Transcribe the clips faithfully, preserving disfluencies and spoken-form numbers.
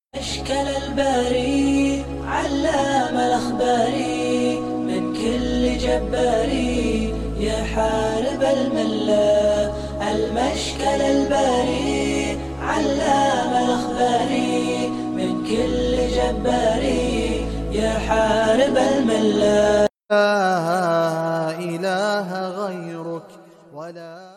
أشكال الباري علام الأخبار من كل جباري يحارب الملا. المشكل الباري علام الأخبار من كل جباري يحارب الملا. لا إله غيرك ولا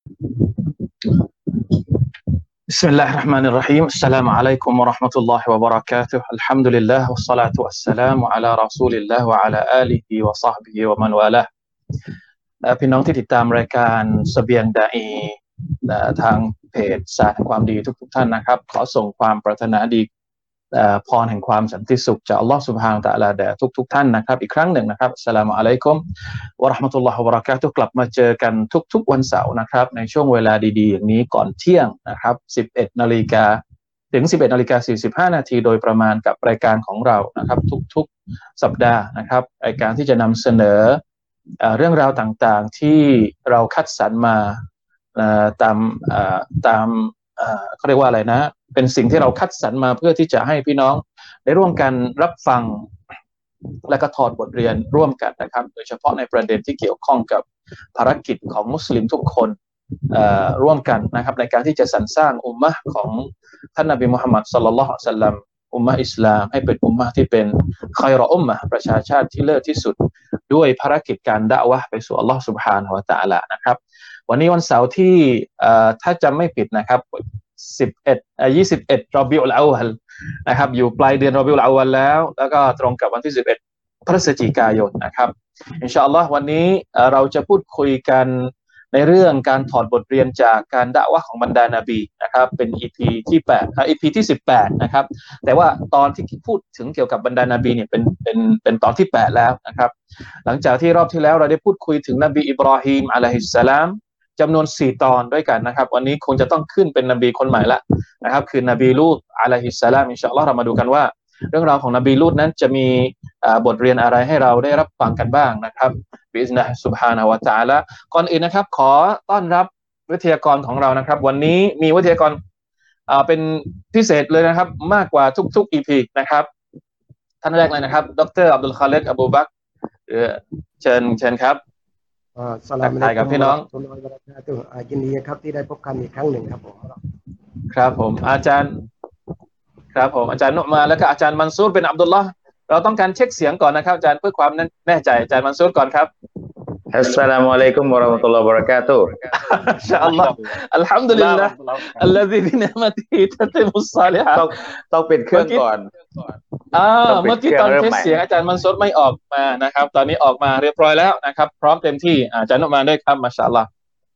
بسم الله الرحمن الرحيم السلام عليكم ورحمة الله وبركاته الحمد لله والصلاة والسلام على رسول الله وعلى آله وصحبه ومن والاه เอ่อพี่น้องที่ติดตามรายการเสบียงดาอีเอ่อทางเพจศาสตร์แห่งความดีทุกๆท่านนะครับขอส่งความปรารถนาดีเอ่อพรแห่งความสันติสุขจากอัลลอฮฺซุบฮานะฮูวะตะอาลาแด่ทุกๆท่านนะครับอีกครั้งหนึ่งนะครับอัสสลามุอะลัยกุมวะเราะห์มะตุลลอฮิวะบะเราะกาตุฮ์กลับมาเจอกันทุกๆวันเสาร์นะครับในช่วงเวลาดีๆอย่างนี้ก่อนเที่ยงนะครับ สิบเอ็ดนาฬิกา ถึง สิบเอ็ดนาฬิกาสี่สิบห้านาทีโดยประมาณกับรายการของเรานะครับทุกๆสัปดาห์นะครับรายการที่จะนำเสนอเอ่อเรื่องราวต่างๆที่เราคัดสรรมาเอ่อตามเอ่อตามเอ่อเขาเรียกว่าอะไรนะเป็นสิ่งที่เราคัดสรรมาเพื่อที่จะให้พี่น้องได้ร่วมกันรับฟังและก็ถอดบทเรียนร่วมกันนะครับโดยเฉพาะในประเด็นที่เกี่ยวข้องกับภารกิจของมุสลิมทุกคนเอ่อร่วมกันนะครับในการที่จะสรรสร้างอุมมะห์ของท่านนบีมุฮัมมัดศ็อลลัลลอฮุอะลัยฮิวะซัลลัมอุมมะห์อิสลามให้เป็นอุมมะห์ที่เป็นค็อยรออุมมะห์ประชาชาติที่เลิศที่สุดด้วยภารกิจการดะอ์วะห์ไปสู่อัลลอฮ์ซุบฮานะฮูวะตะอาลานะครับวันนี้วันเสาร์ที่เอ่อถ้าจำไม่ผิดนะครับสิบเอ็ดเอ่อยี่สิบเอ็ดรอบิอุลเอาวัลนะครับอยู่ปลายเดือนรอบิอุลเอาวัลแล้วแล้วก็ตรงกับวันที่สิบเอ็ดพฤศจิกายนนะครับอินชาอัลลอฮ์วันนี้เอ่อเราจะพูดคุยกันในเรื่องการถอดบทเรียนจากการดะอ์วะห์ของบรรดานบีนะครับเป็น อี พี ที่แปดเอ่อ อี พี ที่สิบแปดนะครับแต่ว่าตอนที่พูดถึงเกี่ยวกับบรรดานบีเนี่ยเป็นเป็นเป็นตอนที่แปดแล้วนะครับหลังจากที่รอบที่แล้วเราได้พูดคุยถึงนบีอิบรอฮีมอะลัยฮิสสลามจำนวนสี่ตอนด้วยกันนะครับวันนี้คงจะต้องขึ้นเป็นนบีคนใหม่ละนะครับคือนบีลูตอะลัยฮิสสลามอินชาอัลลอฮ์เรามาดูกันว่าเรื่องราวของนบีลูตนั้นจะมีบทเรียนอะไรให้เราได้รับฟังกันบ้างนะครับบิอิซนิลลาฮิซุบฮานะฮูวะตะอาลาก่อนอื่นนะครับขอต้อนรับวิทยากรของเรานะครับวันนี้มีวิทยากรอ่าเป็นพิเศษเลยนะครับมากกว่าทุกๆ อี พี นะครับท่านแรกเลยนะครับดรอับดุลคาลิดอบูบักรเอ่อเชิญเชิญครับอ่าสลามอะลัยทักทายกับพี่น้องกุมวะเราะห์มะตุลลอฮิวะบะเราะกาตุฮ์อ่ายินดีครับที่ได้พบกันอีกครั้งหนึ่งครับผมครับผมอาจารย์ครับผมอาจารย์นุมาแล้วก็อาจารย์มันซูรเป็นอับดุลลอฮ์เราต้องการเช็คเสียงก่อนนะครับอาจารย์เพื่อความแน่ใจอาจารย์มันซูรก่อนครับอัสสลามุอะลัยกุมวะเราะมะตุลลอฮิวะบะเราะกาตุฮ์อินชาอัลลอฮ์อัลฮัมดุลิลลาห์อัลลซีบินิอ์มะติฮิตัติมุศศอลิฮาตต้องต้องปิดเครื่องก่อนอ่าต้องปิดเมื่อกี้เครื่ตออง นเริ่เทมสใหม่เสียงอาจารย์มันซูรไม่ออกมานะครับตอนนี้ออกมาเรียบร้อยแล้วนะครับพร้อมเต็มที่อาจารย์นุมาด้วยครับมาชาอัลลอฮ์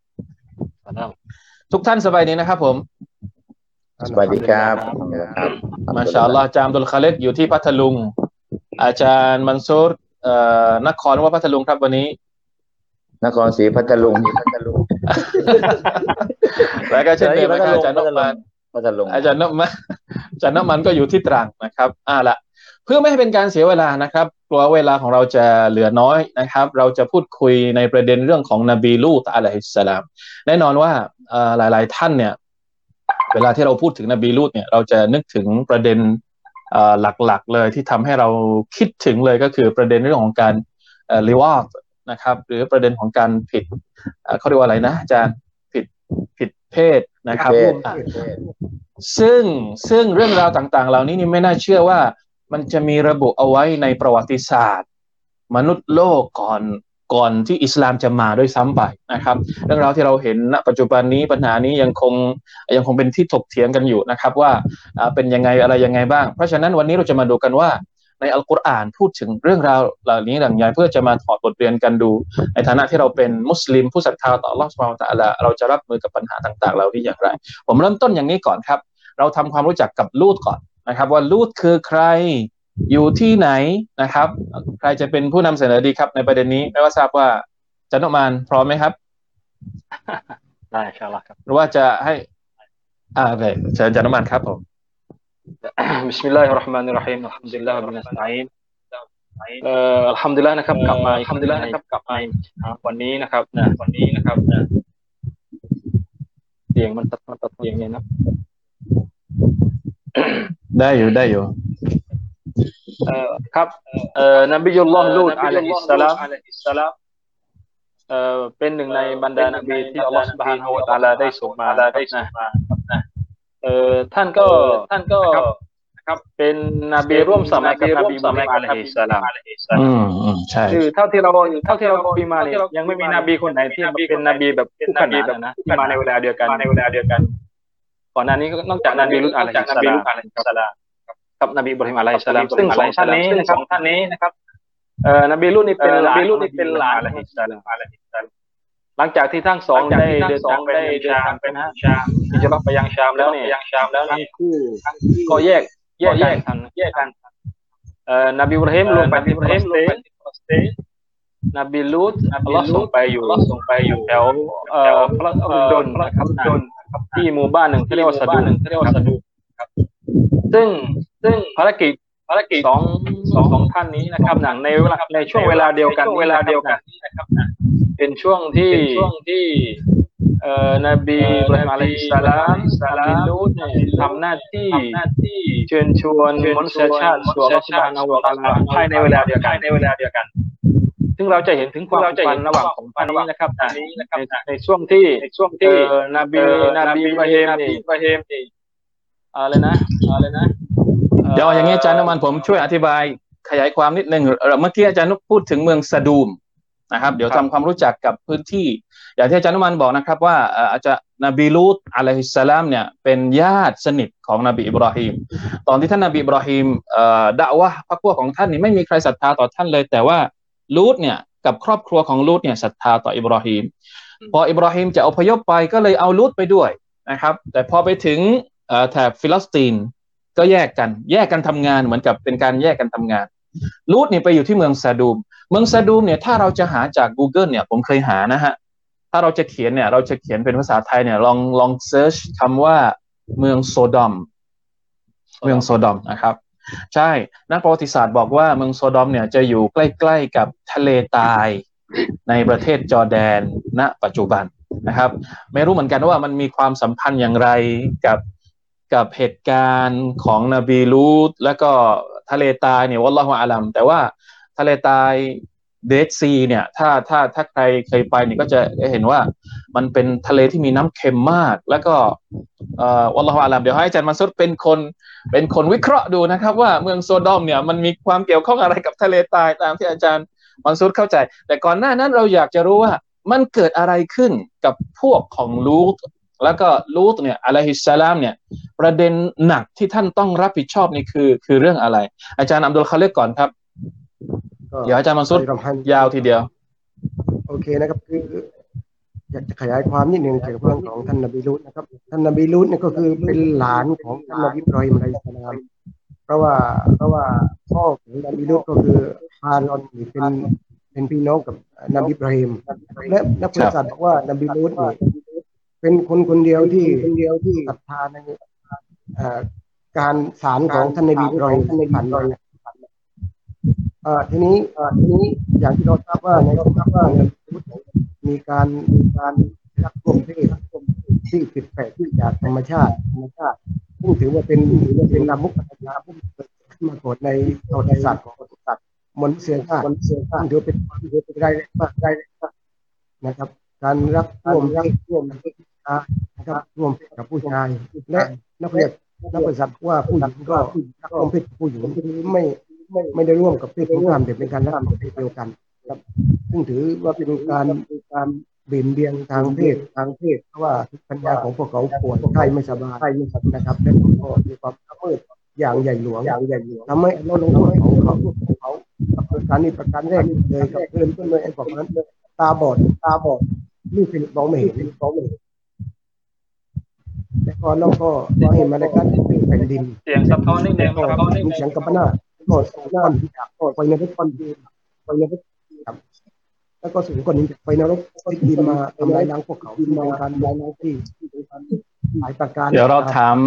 ทุกท่านสบายดีนะครับผมสวัสดีครับมาชาอัลลอฮ์อาจารย์อับดุลคาลิดอยู่ที่พัทลุงอาจารย์มันซูรเอ่อนครว่าพัทลุงครับวันนี้นครศรีพัทลุงแล้วก็เช่นเดิมนะครับอาจารย์นพมันพัทลุงอาจารย์นพมันอาจารย์นพมันก็อยู่ที่ตรังนะครับอ่าละเพื่อไม่ให้เป็นการเสียเวลานะครับกลัวเวลาของเราจะเหลือน้อยนะครับเราจะพูดคุยในประเด็นเรื่องของนบีลูตอะลัยฮิสสลามแน่นอนว่าเอ่อหลายๆท่านเนี่ยเวลาที่เราพูดถึงนบีลูตเนี่ยเราจะนึกถึงประเด็นเอ่อหลักๆเลยที่ทำให้เราคิดถึงเลยก็คือประเด็นเรื่องของการเอ่อลิวาตนะครับหรือประเด็นของการผิดเอ่อเขาเรียกว่าอะไรนะอาจารย์ผิดผิดเพศนะครับอ่ะซึ่งซึ่งเรื่องราวต่างๆเหล่านี้นี่ไม่น่าเชื่อว่ามันจะมีระบุเอาไว้ในประวัติศาสตร์มนุษย์โลกก่อนก่อนที่อิสลามจะมาด้วยซ้ำไปนะครับเรื่องราวที่เราเห็นณปัจจุบันนี้ปัญหานี้ยังคงยังคงเป็นที่ถกเถียงกันอยู่นะครับว่าเป็นยังไงอะไรยังไงบ้างเพราะฉะนั้นวันนี้เราจะมาดูกันว่าในอัลกุรอานพูดถึงเรื่องราวเหล่านี้อย่างไรเพื่อจะมาถอดบทเรียนกันดูในฐานะที่เราเป็นมุสลิมผู้ศรัทธาต่ออัลเลาะห์ซุบฮานะฮูวะตะอาลาเราจะรับมือกับปัญหาต่างๆเหล่านี้อย่างไรผมเริ่มต้นอย่างนี้ก่อนครับเราทำความรู้จักกับลูตก่อนนะครับว่าลูตคือใครอยู่ที่ไหนนะครับใครจะเป็นผู้นำเสนอดีครับในประเด็นนี้ไม่ว่าทราบว่าอาจารย์นุมานพร้อมไหมครับได้อินชาอัลลอฮ์ครับหรือว่าจะให้อ่าโอเคเชิญอาจารย์นุมานครับผมบิสมิลลาฮิรเราะห์มานิรเราะฮีมอัลฮัมดุลิลลาฮิร็อบบิลอาลามีนเอ่ออัลฮัมดุลิลลาห์นะครับกลับมาอัลฮัมดุลิลลาห์นะครับกลับมาวันนี้นะครับนะวันนี้นะครับนะเสียงมันตัดมันตัดเสียงเนี่ยนะได้อยู่ได้อยู่เอ่อครับเอ่อนบียุลลอฮ์ลูตอะลัยฮิสสลามเอ่อเป็นหนึ่งในบรรดานบีที่อัลลอฮ์ซุบฮานะฮูวะตะอาลาได้ส่งมานะครับนะเอ่อท่านก็ท่านก็ครับเป็นนบีร่วมสมัยกับนบีอิบราฮิมอะลัยฮิสสลามอืมอืมใช่คือเท่าที่เราเท่าที่เราคุยมาเนี่ยยังไม่มีนบีคนไหนที่เป็นนบีแบบคู่ขนานนะที่มาในเวลาเดียวกันในเวลาเดียวกันก่อนหน้านี้นอกจากนบีลุตอะลัยฮิสสลามกับนบีอิบราฮิมอะลัยฮิสสลามซึ่งสองท่านนี้นะครับท่านนี้นะครับเอ่อนบีลุตนี่เป็นหลานลุตนี่เป็นหลานอะลัยฮิสสลามหลังจากที่ทั้งสองได้เดินทางไปชามไปนะชามที่จะรับไปยังชามแล้วเนี่ยยังชามแล้วทั้งคู่ก็แยกแยกกันแยกกันเอ่อนบีอิบราฮิมลงไปที่ฟลสตีนนบีลูตอัลลอฮ์ส่งไปอยู่ส่งไปอยู่แถวเอ่อพระอุดรนะครับที่หมู่บ้านหนึ่งที่เรียกว่าสะดุที่เรียกว่าสะดุครับซึ่งซึ่งภารกิจภารกิจสองสองของท่านนี้นะครับหนังในเวลาในช่วงเวลาเดียวกันเวลาเดียวกันนะครับเป็นช่วงที่ช่วงที่เอ่อนบีอิบราฮิมอะลัยฮิสสลามนบีลูตเนี่ยทำหน้าที่เชิญชวนมนุษยชาติสู่อัลเลาะห์ซุบฮานะฮูวะตะอาลาภายในเวลาเดียวกันในเวลาเดียวกันซึ่งเราจะเห็นถึงความสัมพันธ์ระหว่างของท่านนี้นะครับในในช่วงที่ในช่วงที่นบีนบีอิบราฮิมนี่อิบราฮิมนี่อะไรนะอะไรนะเดี๋ยวอย่างนี้อาจารย์น้ำมันผมช่วยอธิบายขยายความนิดนึงเมื่อกี้อาจารย์นุพูดถึงเมืองซะดูมนะครับเดี๋ยวทำความรู้จักกับพื้นที่อย่างที่อาจารย์นุมันบอกนะครับว่าอาจารย์นบีลูตอะลัยฮิสสลามเนี่ยเป็นญาติสนิทของนบีอิบราฮิมตอนที่ท่านนบีอิบราฮิมเอ่อดะวะห์พรรคพวกของท่านนี่ไม่มีใครศรัทธาต่อท่านเลยแต่ว่าลูตเนี่ยกับครอบครัวของลูตเนี่ยศรัทธาต่ออิบราฮิมพออิบราฮิมจะอพยพไปก็เลยเอาลูตไปด้วยนะครับแต่พอไปถึงแถบฟิลิสตินก็แยกกันแยกกันทำงานเหมือนกับเป็นการแยกกันทำงานลูตเนี่ยไปอยู่ที่เมืองซะดูมเมืองซะดูมเนี่ยถ้าเราจะหาจาก Google เนี่ยผมเคยหานะฮะถ้าเราจะเขียนเนี่ยเราจะเขียนเป็นภาษาไทยเนี่ยลองลองเซิร์ชคำว่าเมืองโซดอมเมืองโซดอมนะครับใช่นักประวัติศาสตร์บอกว่าเมืองโซดอมเนี่ยจะอยู่ใกล้ๆกับทะเลทรายในประเทศจอร์แดนณปัจจุบันนะครับไม่รู้เหมือนกันว่ามันมีความสัมพันธ์อย่างไรกับกับเหตุการณ์ของนบีลูตแล้วก็ทะเลทรายเนี่ยวัลลอฮุอาลัมแต่ว่าทะเลทรายเดดซีเนี่ยถ้าถ้าถ้าใครเคยไปเนี่ยก็จะเห็นว่ามันเป็นทะเลที่มีน้ำเค็มมากแล้วก็เอ่อวัลลอฮุอาลัมเดี๋ยวให้อาจารย์มัสอุดเป็นคนเป็นคนวิเคราะห์ดูนะครับว่าเมืองโซดอมเนี่ยมันมีความเกี่ยวข้องอะไรกับทะเลทรายตามที่อาจารย์มัสอุดเข้าใจแต่ก่อนหน้านั้นเราอยากจะรู้ว่ามันเกิดอะไรขึ้นกับพวกของลูตแล้วก็ลูตเนี่ยอะลัยฮิสสลามเนี่ยประเด็นหนักที่ท่านต้องรับผิดชอบนี่คือคือเรื่องอะไรอาจารย์อับดุลคาลิกก่อนครับเดี๋ยวอาจารย์มัสอุดยาวทีเดียวโอเคนะครับคืออยากจะขยายความนิดนึงเกี่ยวกับเรื่องของท่านนบีลูตนะครับท่านนบีลูตเนี่ยก็คือเป็นหลานของท่านนบีอิบราฮิมอะลัยฮิสสลามเพราะว่าเพราะว่าพ่อของนบีลูตก็คือฮารอนนี่เป็นเป็นพี่น้องกับนบีอิบราฮิมและนักประวัติศาสตร์บอกว่านบีลูตนี่เป็นคนคนเดียวที่คนเดียวที่ศรัทธาในการสารของท่านนบีอิบราฮิมในฝันเลยทีนี้ทีนี้อย่างที่เราทราบว่าในสมัยว่ามีการมีการรักร่วมเพศที่ผิดแปลกจากธรรมชาติธรรมชาติซึ่งถือว่าเป็นถือว่าเป็นลามกอารยธรรมที่เกิดขึ้นมาก่อนในประวัติศาสตร์ของสัตว์มนุษยชาติซึ่งถือเป็นถือเป็นได้ได้นะครับการรักร่วมรักร่วมนะครับร่วมเพศกับผู้ชายและนักเรียนนักประวัติศาสตร์ว่าผู้หญิงก็รักร่วมเพศกับผู้หญิงคือไม่ไม่ไม่ได้ร่วมกับเพศตรงข้ามแต่เป็นการรักเพศเดียวกันครับซึ่งถือว่าเป็นการการเบี่ยงเบียนทางเพศทางเพศเพราะว่าปัญญาของพวกเขาป่วยไข้ไม่สบายไข้ไม่สบายนะครับและก็มีความละเมิดอย่างใหญ่หลวงอย่างใหญ่หลวงทำให้เราลงโทษของเขาของเขาประการนี้ประการแรกเลยกับเริ่มต้นเลยไอ้พวกนั้นตาบอดตาบอดนี่เป็นมองไม่เห็นมองไม่เห็นแต่ก่อนเราก็เห็นมาในการเป็นแผ่นดินเสียงสะท้อนนิดนึงสะท้อนนิดนึงเสียงกระปนาก็ส่งน้ำจากไปในพระคนดินไปในพระครับแล้วก็ส่งคนนี้ไปนรกไปดินมาทำลายล้างพวกเขาที่มาการลายล้างที่หลายประการเดี๋ยวเราถาม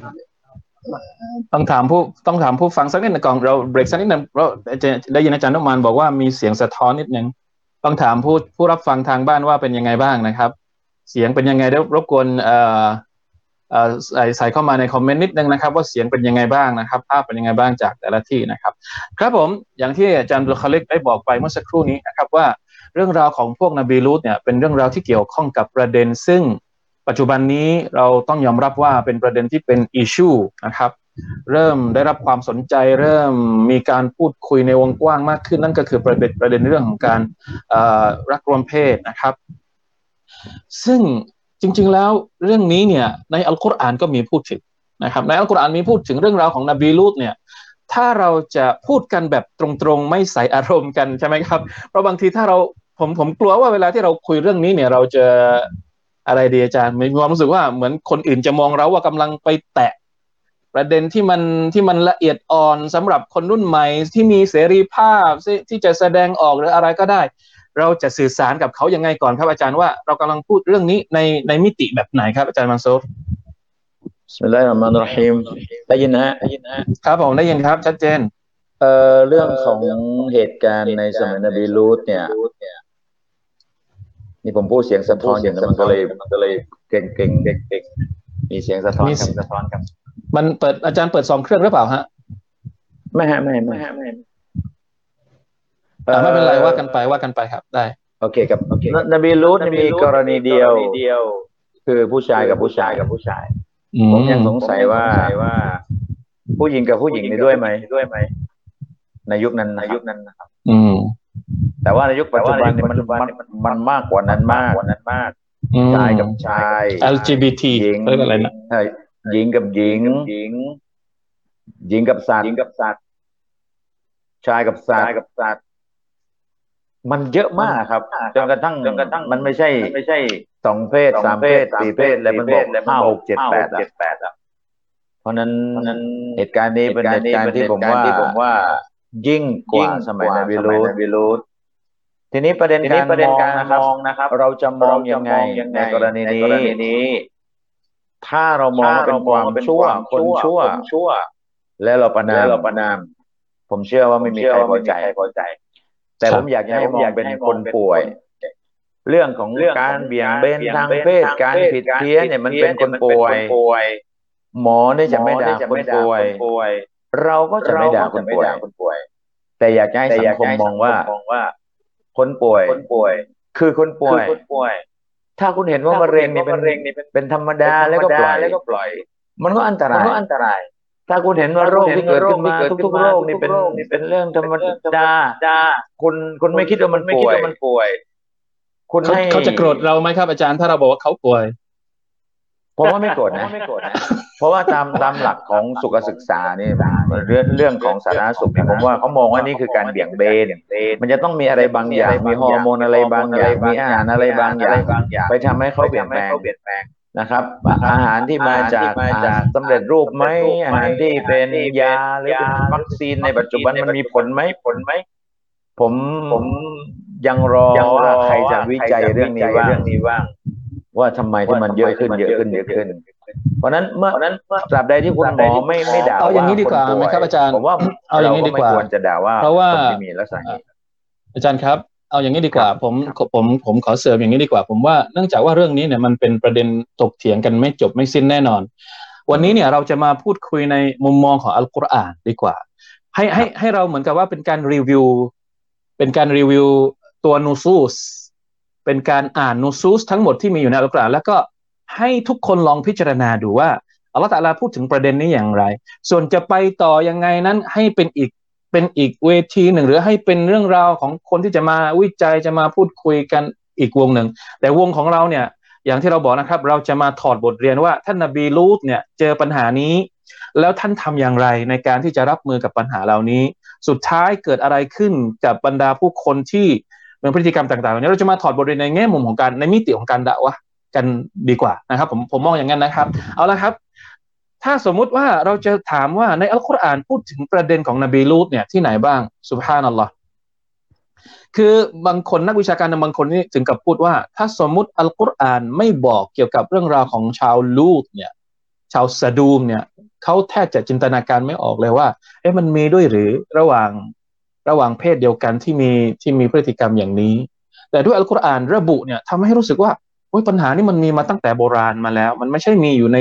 ต้องถามผู้ต้องถามผู้ฟังสักนิดหนึ่งก่อนเราเบรกสักนิดหนึ่งเราจะได้ยินอาจารย์นุมานบอกว่ามีเสียงสะท้อนนิดนึงต้องถามผู้ผู้รับฟังทางบ้านว่าเป็นยังไงบ้างนะครับเสียงเป็นยังไงได้รบกวนเอ่อใส่ใส่เข้ามาในคอมเมนต์นิดนึงนะครับว่าเสียงเป็นยังไงบ้างนะครับภาพเป็นยังไงบ้างจากแต่ละที่นะครับครับผมอย่างที่อาจารย์อับดุลคอลิกได้บอกไปเมื่อสักครู่นี้นะครับว่าเรื่องราวของพวกนบีลูตเนี่ยเป็นเรื่องราวที่เกี่ยวข้องกับประเด็นซึ่งปัจจุบันนี้เราต้องยอมรับว่าเป็นประเด็นที่เป็นอิชชูนะครับเริ่มได้รับความสนใจเริ่มมีการพูดคุยในวงกว้างมากขึ้นนั่นก็คือประเด็นประเด็นเรื่องของการรักรวมเพศนะครับซึ่งจริงๆแล้วเรื่องนี้เนี่ยในอัลกุรอานก็มีพูดถึงนะครับในอัลกุรอานมีพูดถึงเรื่องราวของนบีลูตเนี่ยถ้าเราจะพูดกันแบบตรงๆไม่ใส่อารมณ์กันใช่ไหมครับเพราะบางทีถ้าเราผมผมกลัวว่าเวลาที่เราคุยเรื่องนี้เนี่ยเราจะอะไรดีอาจารย์มีความรู้สึกว่าเหมือนคนอื่นจะมองเราว่ากำลังไปแตะประเด็นที่มันที่มันละเอียดอ่อนสำหรับคนรุ่นใหม่ที่มีเสรีภาพที่จะแสดงออกหรืออะไรก็ได้เราจะสื่อสารกับเขายังไงก่อนครับอาจารย์ว่าเรากำลังพูดเรื่องนี้ในในมิติแบบไหนครับอาจารย์มังซูรบิสมิลลาฮิรเราะห์มานิรเราะฮีมได้ยินนะฮะได้ยินนะครับผมได้ยินครับชัดเจนเอ่อเรื่องของเหตุการณ์ในสมัยนบีลูตเนี่ยนี่ผมพูดเสียงสะท้อนอย่างนั้นมันก็เลยมันก็เลยเก่งเก่งเก่งเก่งมีเสียงสะท้อนครับสะท้อนครับมันเปิดอาจารย์เปิดสองเครื่องหรือเปล่าฮะไม่ฮะไม่ไม่ไม่ไม่เป็นไรว่ากันไปว่ากันไปครับได้โอเคครับโอเคนบีลูตมีกรณีเดียวคือผู้ชายกับผู้ชายกับผู้ชายผมยังสงสัยว่าว่าผู้หญิงกับผู้หญิงนี่ด้วยไหมด้วยไหมในยุคนั้นในยุคนั้นนะครับอืมแต่ว่าในยุคปัจจุบันนี่มันมันมันมากกว่านั้นมากกว่านั้นมากชายกับชายแอล จี บี ทีหญิงอะไรนะใช่หญิงกับหญิงหญิงหญิงกับสัตว์หญิงกับสัตว์ชายกับสัตว์กับสัตว์มันเยอะมากครับจนกระทั่งจนกระทั่งมันไม่ใช่ไม่ใช่สองเพศสามเพศสี่เพศแล้วมันบอกห้าหกเจ็ดแปดอ่ะเพราะนั้นเหตุการณ์นี้เป็นเหตุการณ์ที่ผมว่ายิ่งกว่าสมัยนบีลูตทีนี้ประเด็นการมองนะครับเราจะมองยังไงในกรณีนี้ถ้าเรามองเป็นความชั่วคนชั่วและเราประนามเราประนามผมเชื่อว่าไม่มีใครพอใจแต่ผมอยากให้มองเป็นคนป่วยเรื่องของการเบี่ยงเบนทางเพศการผิดเพี้ยนเนี่ยมันเป็นคนป่วยหมอเนี่ยจะไม่ด่าคนป่วยเราก็จะไม่ด่าคนป่วยแต่อยากให้สังคมมองว่าคนป่วยคือคนป่วยถ้าคุณเห็นว่ามะเร็งนี่เป็นเป็นธรรมดาแล้วก็ปล่อยมันก็อันตรายอันตรายถ้าคุณเห็นว่าโรคที่เกิดขึ้นมาทุกๆโรคนี่เป็นเป็นเรื่องธรรมดาคุณคุณไม่คิดว่ามันป่วยคุณให้เขาจะโกรธเราไหมครับอาจารย์ถ้าเราบอกว่าเขาป่วยผมว่าไม่โกรธนะเพราะว่าตามตามหลักของสุขศึกษานี่เรื่องเรื่องของสาธารณสุขผมว่าเขามองว่านี่คือการเบี่ยงเบนมันจะต้องมีอะไรบางอย่างมีฮอร์โมนอะไรบางอย่างมีอาหารอะไรบางอย่างไปทำให้เขาเปลี่ยนแปลงนะครับอาหารที่มาจากอาหารสำเร็จรูปไหมอาหารที่เป็นยาหรือเป็นวัคซีนในปัจจุบันมันมีผลไหมผลไหมผมผมยังรอว่าใครจะวิจัยเรื่องนี้ว่างว่าทำไมที่มันเยอะขึ้นเยอะขึ้นเยอะขึ้นเพราะนั้นเมื่อนั้นตราบใดที่คุณหมอไม่ไม่ด่าเอาอย่างนี้ดีกว่าไหมครับอาจารย์ผมว่าเอาอย่างนี้ดีกว่าควรจะด่าว่าเพราะว่ามีลักษณะนี้อาจารย์ครับเอาอย่างนี้ดีกว่าผมผมผมขอเสริมอย่างนี้ดีกว่าผมว่าเนื่องจากว่าเรื่องนี้เนี่ยมันเป็นประเด็นถกเถียงกันไม่จบไม่สิ้นแน่นอนวันนี้เนี่ยเราจะมาพูดคุยในมุมมองของอัลกุรอานดีกว่าให้ให้ให้เราเหมือนกับว่าเป็นการรีวิวเป็นการรีวิวตัวนูซูสเป็นการอ่านนูซูสทั้งหมดที่มีอยู่ในอัลกุรอานแล้วก็ให้ทุกคนลองพิจารณาดูว่าอัลเลาะห์ตะอาลาพูดถึงประเด็นนี้อย่างไรส่วนจะไปต่อยังไงนั้นให้เป็นอีกเป็นอีกเวทีหนึ่งหรือให้เป็นเรื่องราวของคนที่จะมาวิจัยจะมาพูดคุยกันอีกวงหนึ่งแต่วงของเราเนี่ยอย่างที่เราบอกนะครับเราจะมาถอดบทเรียนว่าท่านนบีลูตเนี่ยเจอปัญหานี้แล้วท่านทำอย่างไรในการที่จะรับมือกับปัญหาเหล่านี้สุดท้ายเกิดอะไรขึ้นกับบรรดาผู้คนที่มีพฤติกรรมต่างๆเนี่ยเราจะมาถอดบทเรียนในแง่มุมของการในมิติของการดะวะห์กันดีกว่านะครับผมผมมองอย่างนั้นนะครับเอาละครับถ้าสมมุติว่าเราจะถามว่าในอัลกุรอานพูดถึงประเด็นของนบีลูตเนี่ยที่ไหนบ้างซุบฮานัลลอฮ์คือบางคนนักวิชาการบางคนนี่ถึงกับพูดว่าถ้าสมมุติอัลกุรอานไม่บอกเกี่ยวกับเรื่องราวของชาวลูตเนี่ยชาวซะดูมเนี่ยเขาแทบจะจินตนาการไม่ออกเลยว่าเอ๊ะมันมีด้วยหรือระหว่างระหว่างเพศเดียวกันที่มีที่มีพฤติกรรมอย่างนี้แต่ด้วยอัลกุรอานระบุเนี่ยทำให้รู้สึกว่าโอ้ยปัญหานี้มันมีมาตั้งแต่โบราณมาแล้วมันไม่ใช่มีอยู่ในยุค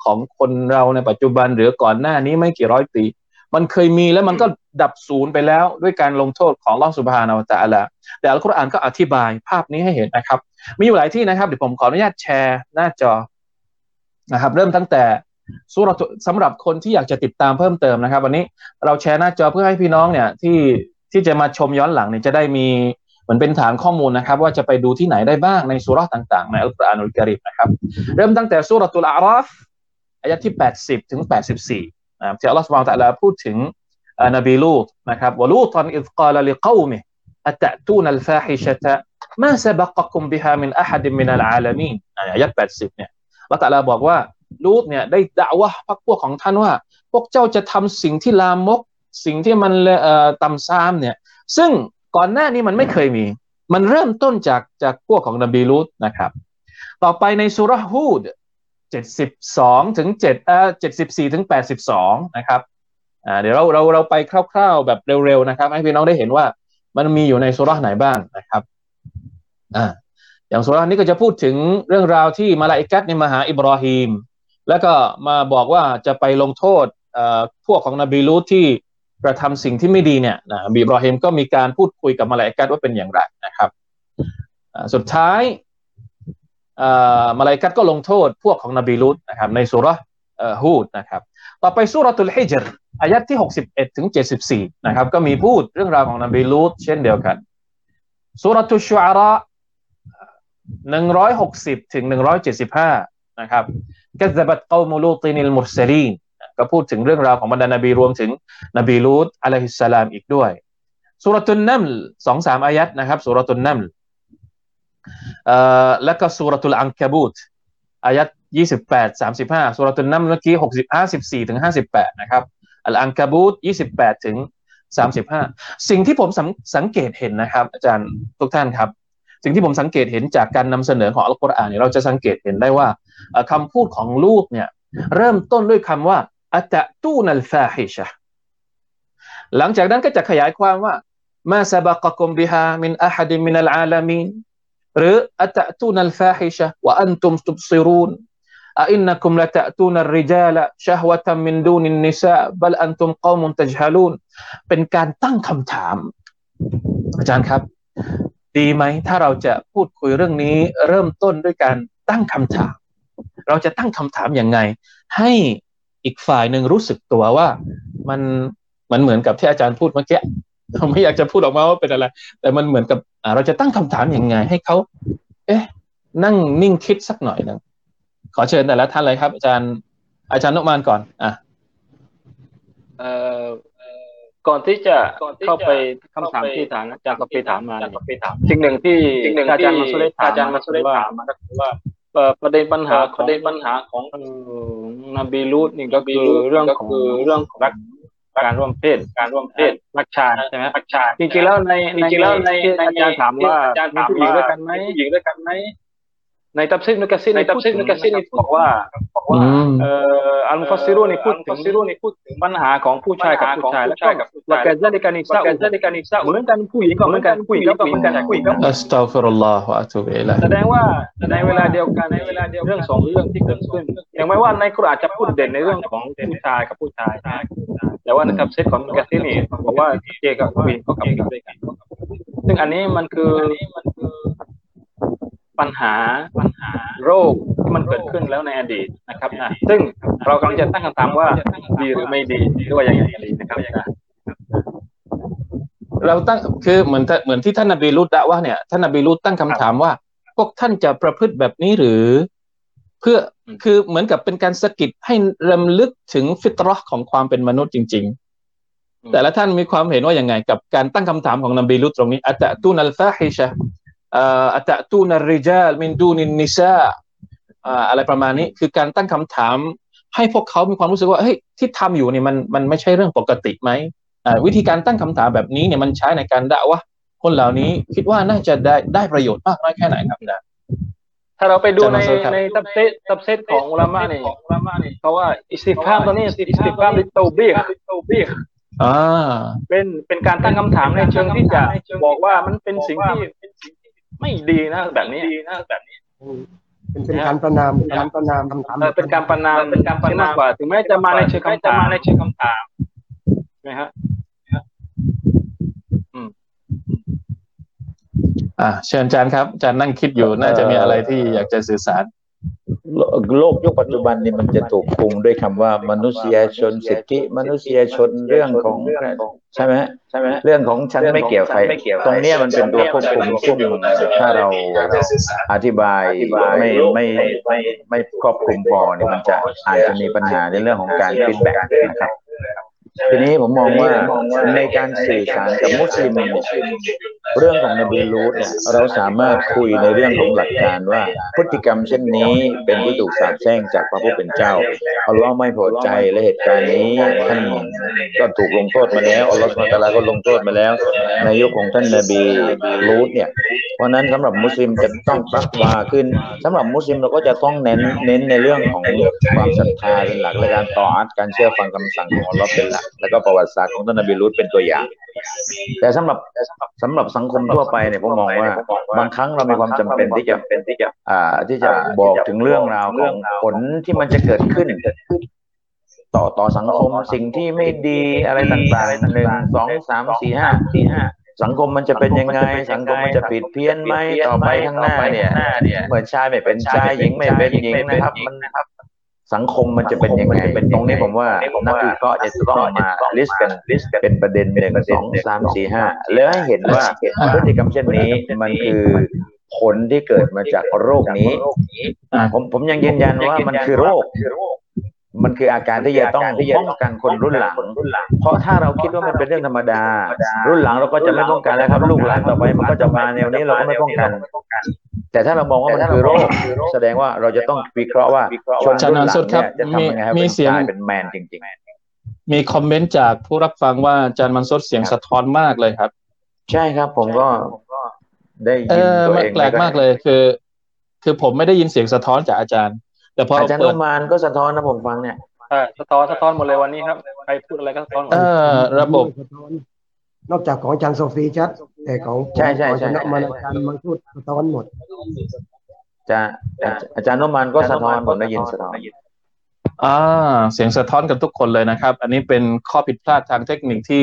ของคนเราในปัจจุบันหรือก่อนหน้านี้ไม่กี่ร้อยปีมันเคยมีแล้วมันก็ดับสูญไปแล้วด้วยการลงโทษของอัลเลาะห์ซุบฮานะฮูวะตะอาลาแต่อัลกุรอานก็อธิบายภาพนี้ให้เห็นนะครับมีอยู่หลายที่นะครับเดี๋ยวผมขออนุญาตแชร์หน้าจอนะครับเริ่มตั้งแต่ซูเราะห์สำหรับคนที่อยากจะติดตามเพิ่มเติมนะครับวันนี้เราแชร์หน้าจอเพื่อให้พี่น้องเนี่ยที่ที่จะมาชมย้อนหลังเนี่ยจะได้มีเหมือนเป็นฐานข้อมูลนะครับว่าจะไปดูที่ไหนได้บ้างในซูเราะห์ต่างๆในอัลกุรอานอัลกะรีมนะครับเริ่มตั้งแต่ซูเราะตุลอาราฟอายะห์ที่แปดสิบถึงแปดสิบสี่นะครับที่อัลเลาะห์ซุบฮานะฮูวะตะอาลาพูดถึงนบีลูตนะครับวะลูตันอิซกาลลิกอมิอะตะตูนัลฟาฮิชะตะมาซะบะกะกุมบิฮามินอะฮัดมินัลอาลามีนอายะห์แปดสิบเนี่ยอัลเลาะห์ตะอาลาบอกว่าลูตเนี่ยได้ดะอ์วะห์พรรคพวกของท่านว่าพวกเจ้าจะทำสิ่งที่ลามกสิ่งที่มันเอ่อต่ำทรามเนี่ยซึ่งก่อนหน้านี้มันไม่เคยมีมันเริ่มต้นจากจากพวกของนบีลูตนะครับต่อไปในซูเราะห์ฮูดเจ็ดสิบสองถึง7เอ่อเจ็ดสิบสี่ถึงแปดสิบสองนะครับอ่าเดี๋ยวเราเราเราไปคร่าวๆแบบเร็วๆนะครับให้พี่น้องได้เห็นว่ามันมีอยู่ในซูเราะห์ไหนบ้างนะครับอ่าอย่างซูเราะห์นี้ก็จะพูดถึงเรื่องราวที่มลาอิกะฮ์เนี่ยมาหาอิบรอฮีมแล้วก็มาบอกว่าจะไปลงโทษเอ่อพวกของนบีลูตที่กระทำสิ่งที่ไม่ดีเนี่ยนะอิบรอฮีมก็มีการพูดคุยกับมลาอิกะฮ์ว่าเป็นอย่างไรนะครับสุดท้ายมลาอิกะฮ์ก็ลงโทษพวกของนบีลูตนะครับในซูเราะห์ฮูดนะครับต่อไปซูเราะตุลฮิจรอายะห์ที่หกสิบเอ็ดถึงเจ็ดสิบสี่นะครับก็มีพูดเรื่องราวของนบีลูตเช่นเดียวกันซูเราะตุชชุอาเราะห์หนึ่งร้อยหกสิบถึงหนึ่งร้อยเจ็ดสิบห้านะครับกัซซะบัตกอมูลูตินิลมุรซะลีนก็พูดถึงเรื่องราวของบรรดานบีรวมถึงนบีลูตอะลัยฮิสสลามอีกด้วยซูเราะตุนนัมล สองถึงสาม อายะห์นะครับซูเราะตุนนัมลเอ่อแล้วก็ซูเราะตุลอันกะบูตอายะห์ยี่สิบแปด สามสิบห้าซูเราะตุนนัมลเมื่อกี้หกสิบ ห้าสิบสี่ถึงห้าสิบแปดนะครับอัลอันกะบูตยี่สิบแปดถึงสามสิบห้าสิ่งที่ผมสังเกตเห็นนะครับอาจารย์ทุกท่านครับสิ่งที่ผมสังเกตเห็นจากการนำเสนอของอัลกุรอานเนี่ยเราจะสังเกตเห็นได้ว่าคำพูดของลูตเนี่ยเริ่มต้นด้วยคำว่าอะตะตูนัลฟาฮิชะห์หลังจากนั้นก็จะขยายความว่ามาซะบะกะกุมบิฮามินอะฮัดมินัลอาลามีนหรืออะตะตูนัลฟาฮิชะห์วะอันตุมตุบซิรูนอะอินนะกุมละตะตูนัรริจาลชะฮวะตัมมินดูนินนิซาบัลอันตุมกอมุนตัจฮะลูนเป็นการตั้งคำถามอาจารย์ครับดีไหมถ้าเราจะพูดคุยเรื่องนี้เริ่มต้นด้วยการตั้งคำถามเราจะตั้งคำถามยังไงให้อีกฝ่ายหนึ่งรู้สึกตัวว่ามันมันเหมือนกับที่อาจารย์พูดเมื่อกี้ผมไม่อยากจะพูดออกมาว่าเป็นอะไรแต่มันเหมือนกับเราจะตั้งคำถามยังไงให้เขาเอ๊ะนั่งนิ่งคิดสักหน่อยนึงขอเชิญแต่ละท่านเลยครับอาจารย์อาจารย์นุมานก่อนอ่ะเอ่อก่อนที่จะเข้าไปคำถามที่ถามอาจารย์ก็ไปถามมาสิ่งหนึ่งที่อาจารย์มาสุริถามอาจารย์มาสุริถามมาก็คือว่าประเด็นปัญหาประเด็นปัญหาของนบีลูตนี่ก็คือเรื่องของเรื่องรักการร่วมเพศการร่วมเพศรักชายใช่ไหมรักชายจริงๆแล้วในจริงๆแล้วในอาจารย์ถามว่ามีผู้หญิงด้วยกันไหมผู้หญิงด้วยกันไหมในตัฟซีรนุกะซีรในตัฟซีรนุกะซีรนี่บอกว่าบอกว่าเอ่ออัลมุฟัสซิรูนนี่พูดถึงปัญหาของผู้ชายกับผู้ชายแล้วก็ว่ากัซะลิกะนิซากัซะลิกะนิซาเหมือนกันผู้หญิงก็เหมือนกันผู้หญิงก็เหมือนกันผู้หญิงก็อัสตัฆฟิรุลลอฮ์วะอะตูบิอิลัยฮิแสดงว่าในเวลาเดียวกันในเวลาเดียวเรื่องสองเรื่องที่เกิดขึ้นอย่างไม่ว่าในกุรอานจะพูดเด่นในเรื่องของผู้ชายกับผู้ชายแต่ว่าในตัฟซีรของกะซีรนี่บอกว่าเกย์กับผู้หญิงก็กับด้วยกันซึ่งอันนี้มันคือปัญหาปัญหาโรคที่มันเกิดขึ้นแล้วในอดีตนะครับนะซึ่งเรากำลังจะตั้งคำถามว่าดีหรือไม่ดีหรือว่ายังไงดีนะครับเราตั้งคือเหมือนเหมือนที่ท่านนบีลูตดะว่าเนี่ยท่านนบีลูตตั้งคำถามว่าพวกท่านจะประพฤติแบบนี้หรือเพื่อคือเหมือนกับเป็นการสะกิดให้รำลึกถึงฟิตเราะห์ของความเป็นมนุษย์จริงๆแต่ละท่านมีความเห็นว่ายังไงกับการตั้งคำถามของนบีลูตตรงนี้อะตะตูนัลฟาฮิชะห์อะตะตูนัรริจาลมินดูนินนิซาอะไรประมาณนี้คือการตั้งคำถามให้พวกเขามีความรู้สึกว่าเฮ้ยที่ทำอยู่เนี่ยมันมันไม่ใช่เรื่องปกติไหมวิธีการตั้งคำถามแบบนี้เนี่ยมันใช้ในการด่าว่าคนเหล่านี้คิดว่าน่าจะได้ได้ประโยชน์มากน้อยแค่ไหนครับนะถ้าเราไปดูในในตัฟซีรตัฟซีรของอุลามะนี่เพราะว่าอิสติฟฮามตัวนี้อิสติฟฮามลิตอบีฮ์อ่าเป็นเป็นการตั้งคำถามในเชิงที่จะบอกว่ามันเป็นสิ่งที่ไม่ดีนะแบบนี้ดีนะแบบนี้เป็นเป็นการประนามการประนามคำถามเป็นการประนามเป็นการประนามกว่าถึงแม้จะมาในเชิงคำถามในเชิงคำถามใช่ไหมฮะอืมอ่าเชิญอาจารย์ครับอาจารย์นั่งคิดอยู่น่าจะมีอะไรที่อยากจะสื่อสารโลกยุคปัจจุบันนี้มันจะถูกคุมด้วยคำว่ามนุษยชนสิทธิมนุษยชนเรื่องของใช่ไหมใช่ไหมเรื่องของฉันไม่เกี่ยวใครตรงนี้มันเป็นตัวควบคุมซึ่งถ้าเราอธิบายไม่ไม่ไม่ไม่ครอบคลุมพอเนี่ยมันจะอาจจะมีปัญหาในเรื่องของการฟีดแบ็กนะครับทีนี้ผมมองว่าในการสื่อสารกับมุสลิมเรื่องของนบีลูตเนี่ยเราสามารถคุยในเรื่องของหลักการว่าพฤติกรรมเช่นนี้เป็นที่ถูกสาปแช่งจากพระผู้เป็นเจ้าอัลลอฮ์ไม่พอใจและเหตุการณ์นี้ท่านก็ถูกลงโทษมาแล้วอัลลอฮ์ซุบฮานะฮูวะตะอาลาก็ลงโทษมาแล้วในยุคของท่านนบีลูตเนี่ยเพราะนั้นสำหรับมุสลิมจะต้องตักวาขึ้นสำหรับมุสลิมเราก็จะต้องเน้นเน้นในเรื่องของความศรัทธาเป็นหลักและการต่ออัดการเชื่อฟังคำสั่งของอัลลอฮ์เป็นหลักแล้วก็ประวัติศาสตร์ของท่านนบีลูตเป็นตัวอย่างแต่สำหรับสำหรับสังคมทั่วไปเนี่ยผมมองว่าบางครั้งเรามีความจำเป็นที่จะเป็นที่จะอ่าที่จะบอกถึงเรื่องราวของผลที่มันจะเกิดขึ้นต่อต่อสังคมสิ่งที่ไม่ดีอะไรต่างๆหนึ่งสองสามสี่ห้าสี่ห้าสังคมมันจะเป็นยังไงสังคมมันจะผิดเพี้ยนไหมต่อไปข้างหน้าเนี่ยเหมือนชายไม่เป็นชายหญิงไม่เป็นหญิงนะครับมันสังคมมันจะเป็นยังไงตรงนี้ผมว่านักวิเคราะห์จะต้องมาลิสต์กันเป็นประเด็นหนึ่งสองสามสี่ห้าแล้วให้เห็นว่าพฤติกรรมเช่นนี้มันคือผลที่เกิดมาจากโรคนี้ผมผมยังยืนยันว่ามันคือโรคมันคืออาการที่จะต้องป้องกันคนรุ่นหลังเพราะถ้าเราคิดว่ามันเป็นเรื่องธรรมดารุ่นหลังเราก็จะไม่ป้องกันแล้วครับลูกหลานต่อไปมันก็จะมาแนวนี้เราก็ไม่ป้องกันแต่ถ้าเรามองว่ามันคือโรคแสดงว่าเราจะต้องวิเคราะห์ว่าชนรุ่นหลังเนี่ยจะทำยังไงให้เป็นชายเป็นแมนจริงๆมีคอมเมนต์จากผู้รับฟังว่าอาจารย์มันซดเสียงสะท้อนมากเลยครับใช่ครับผมก็ได้ยินตัวเองแปลกมากเลยคือคือผมไม่ได้ยินเสียงสะท้อนจากอาจารย์แต่พออาจารย์นุมานก็สะท้อนนะผมฟังเนี่ยใช่สะท้อนสะท้อนหมดเลยวันนี้ครับใครพูดอะไรก็สะท้อนหมดเออระบบนอกจากของอาจารย์โซฟีชัดแต่ของใช่ใช่ใช่มันอาจารย์มันพูดสะท้อนหมดจะอาจารย์นุมานก็สะท้อนผมได้ยินสะท้อนอ่าเสียงสะท้อนกันทุกคนเลยนะครับอันนี้เป็นข้อผิดพลาดทางเทคนิคที่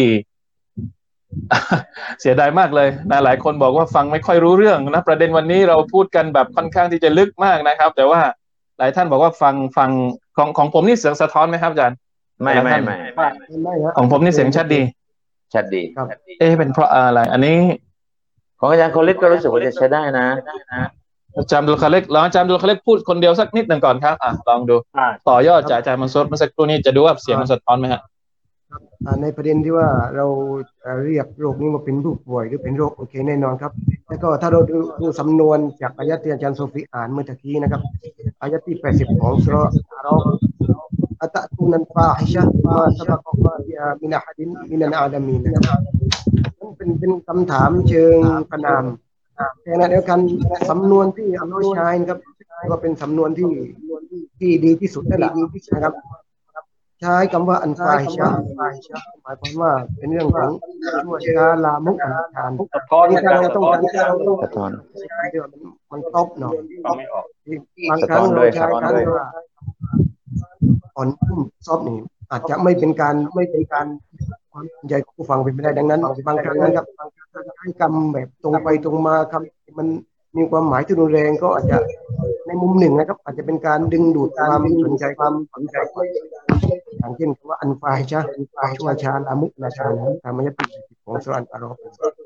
เสียดายมากเลยนะหลายคนบอกว่าฟังไม่ค่อยรู้เรื่องนะประเด็นวันนี้เราพูดกันแบบค่อนข้างที่จะลึกมากนะครับแต่ว่าหลายท่านบอกว่าฟังฟังของของผมนี่เสียงสะท้อนไหมครับอาจารย์ไม่ไม่ไม่ของผมนี่เสียงชัดดีชัดดีครับเอ๊ะเป็นเพราะอะไรอันนี้ของอาจารย์โคลิกก็รู้สึกว่าจะใช้ได้นะอาจารย์ดุลคาเล็กลองอาจารย์ดุลคาเล็กพูดคนเดียวสักนิดหนึ่งก่อนครับอ่ะลองดูต่อยอดจากอาจารย์มันซดเมื่อสักครู่นี้จะดูว่าเสียงมันสะท้อนไหมฮะในประเด็นที่ว่าเราเรียกโรคนี้ว่าเป็นผู้ป่วยหรือเป็นโรคโอเคแน่นอนครับแล้วก็ถ้าเราดูดูสำนวนจากอายะที่อาจารย์โซฟีอ่านเมื่อกี้นะครับอายะที่แปดสิบของสุเราะห์อาเราะห์อัตตูนันฟาฮิชะมาซะบะกะมาบิอามินอะฮัดินมินัลอาลามีนนะครับมันเป็นเป็นคำถามเชิงประนามแต่ในเดียวกันสำนวนที่อัลลอฮ์ใช้นะครับก็เป็นสำนวนที่ที่ดีที่สุดนั่นแหละนะครับใช้คำว่าอันฟาฮิชะหมายความว่าเป็นเรื่องของชั่วช้าลามกอนาจารสะท้อนที่เราต้องการสะท้อนมันตบหน่อยบางครั้งเราใช้คำว่าอ่อนนุ่มซอฟนี่อาจจะไม่เป็นการไม่เป็นการความสนใจผู้ฟังเป็นไปได้ดังนั้นบางครั้งนะครับใช้คำแบบตรงไปตรงมาคำมันมีความหมายที่รุนแรงก็อาจจะในมุมหนึ่งนะครับอาจจะเป็นการดึงดูดความสนใจความสนใจอย่างเช่นคำว่าอันฟาฮิชะชั่วช้าลามกอนาจารตามอายะที่ของสุเราะห์อัลเราะห์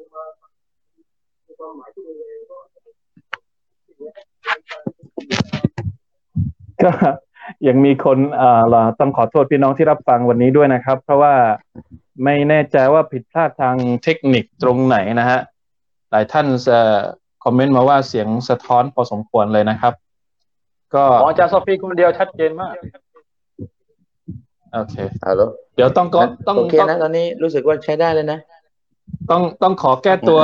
ก็ยังมีคนเอ่อเราต้องขอโทษพี่น้องที่รับฟังวันนี้ด้วยนะครับเพราะว่าไม่แน่ใจว่าผิดพลาดทางเทคนิคตรงไหนนะฮะหลายท่านจะคอมเมนต์มาว่าเสียงสะท้อนพอสมควรเลยนะครับก็อาจารย์โซฟีคนเดียวชัดเจนมากโอเคฮัลโหลเดี๋ยวต้องก็ต้องโอเคนะตอนนี้รู้สึกว่าใช้ได้เลยนะต้องต้องขอแก้ตัว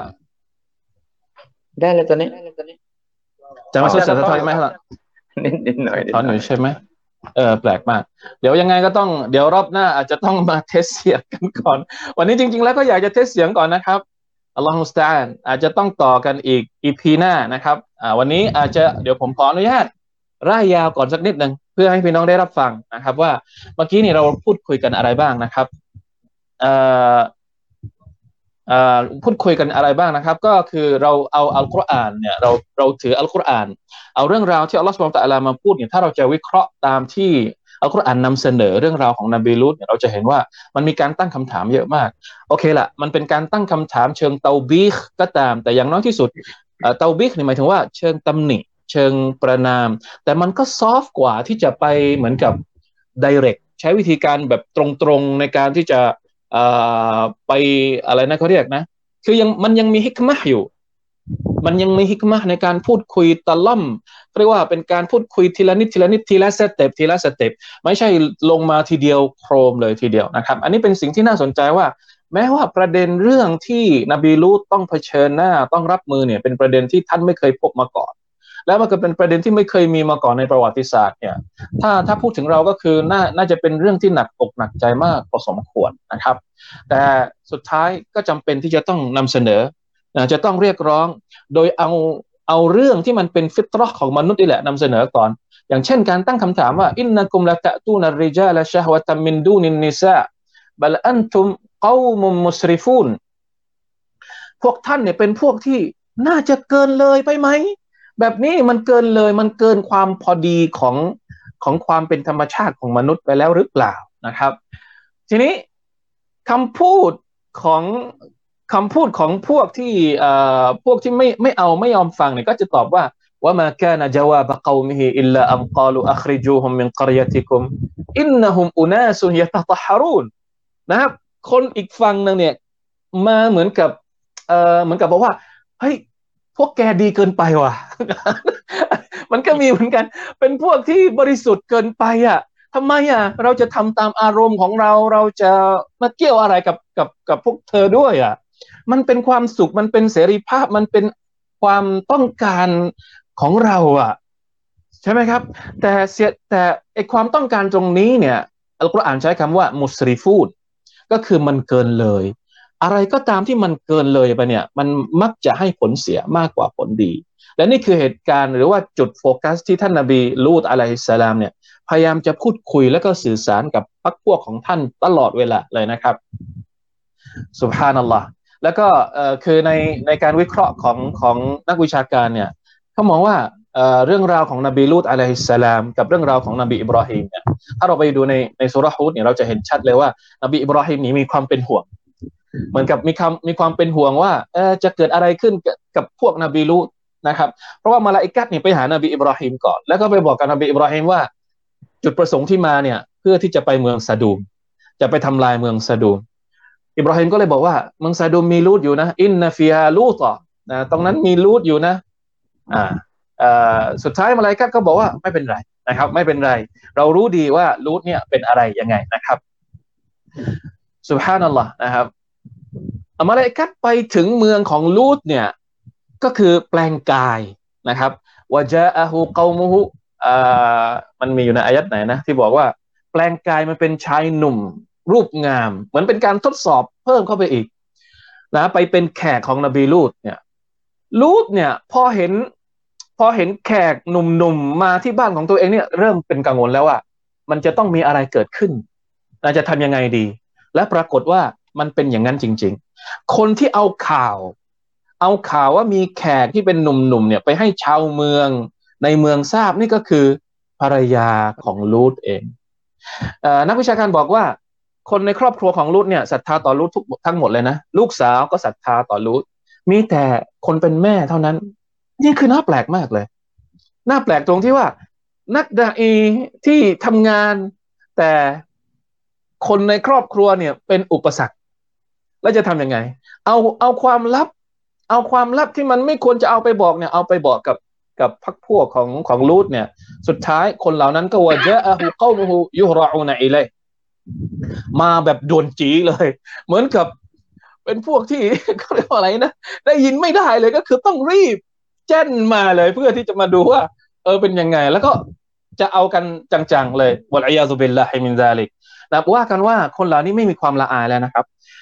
ได้เลยตอนนี้จะมาสู้เสียงสะท้อนไหมครับนิดๆหน่อยสะท้อนหน่อยใช่ไหมเออแปลกมากเดี๋ยวยังไงก็ต้องเดี๋ยวรอบหน้าอาจจะต้องมาเทสเสียงกันก่อนวันนี้จริงๆแล้วก็อยากจะเทสเสียงก่อนนะครับอัลลอฮฺมุสตะอาน์อาจจะต้องต่อกันอีก อี พี หน้านะครับอ่าวันนี้อาจจะเดี๋ยวผมขออนุญาตร่ายยาวก่อนสักนิดนึงเพื่อให้พี่น้องได้รับฟังนะครับว่าเมื่อกี้นี่เราพูดคุยกันอะไรบ้างนะครับเอ่อเอ่อพูดคุยกันอะไรบ้างนะครับก็คือเราเอาอัลกุรอานเนี่ยเราเราถืออัลกุรอานเอาเรื่องราวที่อัลลอฮฺซุบฮานะฮูวะตะอาลามาพูดเนี่ยถ้าเราจะวิเคราะห์ตามที่อัลกุรอานนำเสนอเรื่องราวของนบีลูตเนี่ยเราจะเห็นว่ามันมีการตั้งคำถามเยอะมากโอเคละมันเป็นการตั้งคำถามเชิงเตาบีคก็ตามแต่อย่างน้อยที่สุดเตาบีคนี่หมายถึงว่าเชิงตำหนิเชิงประนามแต่มันก็ซอฟต์กว่าที่จะไปเหมือนกับ direct ใช้วิธีการแบบตรงๆในการที่จะไปอะไรนะเขาเรียกนะคือยังมันยังมีฮิกมะห์อยู่มันยังมีฮิกมะห์ในการพูดคุยตะล่อมเรียกว่าเป็นการพูดคุยทีละนิดทีละนิดทีละสเต็ปทีละสเต็ปไม่ใช่ลงมาทีเดียวโครมเลยทีเดียวนะครับอันนี้เป็นสิ่งที่น่าสนใจว่าแม้ว่าประเด็นเรื่องที่นบีลูตต้องเผชิญหน้าต้องรับมือเนี่ยเป็นประเด็นที่ท่านไม่เคยพบมาก่อนแล้วมันก็เป็นประเด็นที่ไม่เคยมีมาก่อนในประวัติศาสตร์เนี่ยถ้าถ้าพูดถึงเราก็คือน่าน่าจะเป็นเรื่องที่หนักอกหนักใจมากพอสมควรนะครับแต่สุดท้ายก็จำเป็นที่จะต้องนำเสนอจะต้องเรียกร้องโดยเอาเอาเรื่องที่มันเป็นฟิตเราะห์ของมนุษย์นี่แหละนำเสนอก่อนอย่างเช่นการตั้งคำถามว่าอินนักุมละตะตูนัรริจาลชะฮวะตัมมินดูนินนิซาบัลอันตุมกอมุมมุสริฟูนพวกท่านเนี่ยเป็นพวกที่น่าจะเกินเลยไปไหมแบบนี้มันเกินเลยมันเกินความพอดีของของความเป็นธรรมชาติของมนุษย์ไปแล้วหรือเปล่านะครับทีนี้คำพูดของคำพูดของพวกที่เอ่อพวกที่ไม่ไม่เอาไม่ยอมฟังเนี่ยก็จะตอบว่าว่ามากานะจาวาบะกอมิฮิอิลลาอันกาลูอัคริจูฮุมมินกอริยะติกุมอินนะฮุมอุนาซุยะตะตะฮารูนนะครับคนอีกฝั่งนึงเนี่ยมาเหมือนกับเอ่อเหมือนกับบอกว่าเฮ้ยพวกแกดีเกินไปว่ะ มันก็มีเหมือนกันเป็นพวกที่บริสุทธิ์เกินไปอ่ะทำไมอ่ะเราจะทำตามอารมณ์ของเราเราจะมาเกี่ยวอะไรกับกับกับพวกเธอด้วยอ่ะมันเป็นความสุขมันเป็นเสรีภาพมันเป็นความต้องการของเราอ่ะใช่ไหมครับแต่เสียแต่ไอความต้องการตรงนี้เนี่ยอัลกุรอานใช้คำว่ามุสริฟูนก็คือมันเกินเลยอะไรก็ตามที่มันเกินเลยไปเนี่ยมันมักจะให้ผลเสียมากกว่าผลดีและนี่คือเหตุการณ์หรือว่าจุดโฟกัสที่ท่านนบีลูตอะลัยฮิสสลามเนี่ยพยายามจะพูดคุยแล้วก็สื่อสารกับพรรคพวกของท่านตลอดเวลาเลยนะครับซุบฮานัลลอฮ์แล้วก็เอ่อคือในในการวิเคราะห์ของของนักวิชาการเนี่ยเขามองว่าเอ่อเรื่องราวของนบีลูตอะลัยฮิสสลามกับเรื่องราวของนบีอิบราฮิมเนี่ยถ้าเราไปดูในในซูเราะห์ฮูดเนี่ยเราจะเห็นชัดเลยว่านบีอิบราฮิมนี่มีความเป็นห่วงเหมือนกับมีความมีความเป็นห่วงว่าเอ่อจะเกิดอะไรขึ้นกับกับพวกนบีลูตนะครับเพราะว่ามาลาอิกะฮ์นี่ไปหานบีอิบราฮิมก่อนแล้วก็ไปบอกกับนบีอิบราฮิมว่าจุดประสงค์ที่มาเนี่ยเพื่อที่จะไปเมืองซะดูมจะไปทำลายเมืองซะดูมอิบราฮิมก็เลยบอกว่าเมืองซะดูมมีลูตอยู่นะอินนะฟีฮาลูตะนะตรงนั้นมีลูตอยู่นะอ่าเอ่อสุดท้ายมาลาอิกะฮ์ก็บอกว่าไม่เป็นไรนะครับไม่เป็นไรเรารู้ดีว่าลูตเนี่ยเป็นอะไรยังไงนะครับซุบฮานัลลอฮ์นะครับมาลาอิกะฮ์ไปถึงเมืองของลูตเนี่ยก็คือแปลงกายนะครับวะจาอะฮูกอมุฮุอ่ามันมีอยู่ในอายัดไหนนะที่บอกว่าแปลงกายมันเป็นชายหนุ่มรูปงามเหมือนเป็นการทดสอบเพิ่มเข้าไปอีกนะไปเป็นแขกของนบีลูตเนี่ยลูตเนี่ยพอเห็นพอเห็นแขกหนุ่มๆมาที่บ้านของตัวเองเนี่ยเริ่มเป็นกังวลแล้วว่ามันจะต้องมีอะไรเกิดขึ้นเราจะทำยังไงดีและปรากฏว่ามันเป็นอย่างนั้นจริงๆคนที่เอาข่าวเอาข่าวว่ามีแขกที่เป็นหนุ่มๆเนี่ยไปให้ชาวเมืองในเมืองทราบนี่ก็คือภรรยาของลูตเองเอ่อนักวิชาการบอกว่าคนในครอบครัวของลูตเนี่ยศรัทธาต่อลูตทุกทั้งหมดเลยนะลูกสาวก็ศรัทธาต่อลูตมีแต่คนเป็นแม่เท่านั้นนี่คือน่าแปลกมากเลยน่าแปลกตรงที่ว่านักดาอีที่ทำงานแต่คนในครอบครัวเนี่ยเป็นอุปสรรคแล้วจะทำยังไงเอาเอาความลับเอาความลับที่มันไม่ควรจะเอาไปบอกเนี่ยเอาไปบอกกับกับพรรคพวกของของลูตเนี่ยสุดท้ายคนเหล่านั้นก็วะจาอะฮูกอมุฮุยุฮรออูนะอิลัยมาแบบด่วนจีเลยเหมือนกับเป็นพวกที่เขาเรียกว่าอะไรนะได้ยินไม่ได้เลยก็คือต้องรีบแจ้นมาเลยเพื่อที่จะมาดูว่าเออเป็นยังไงแล้วก็จะเอากันจังๆเลยวะลัยยาซุบิลลาฮิมินซาลิกนะว่ากันว่าคนเหล่านี้ไม่มีความละอายแล้วนะครับ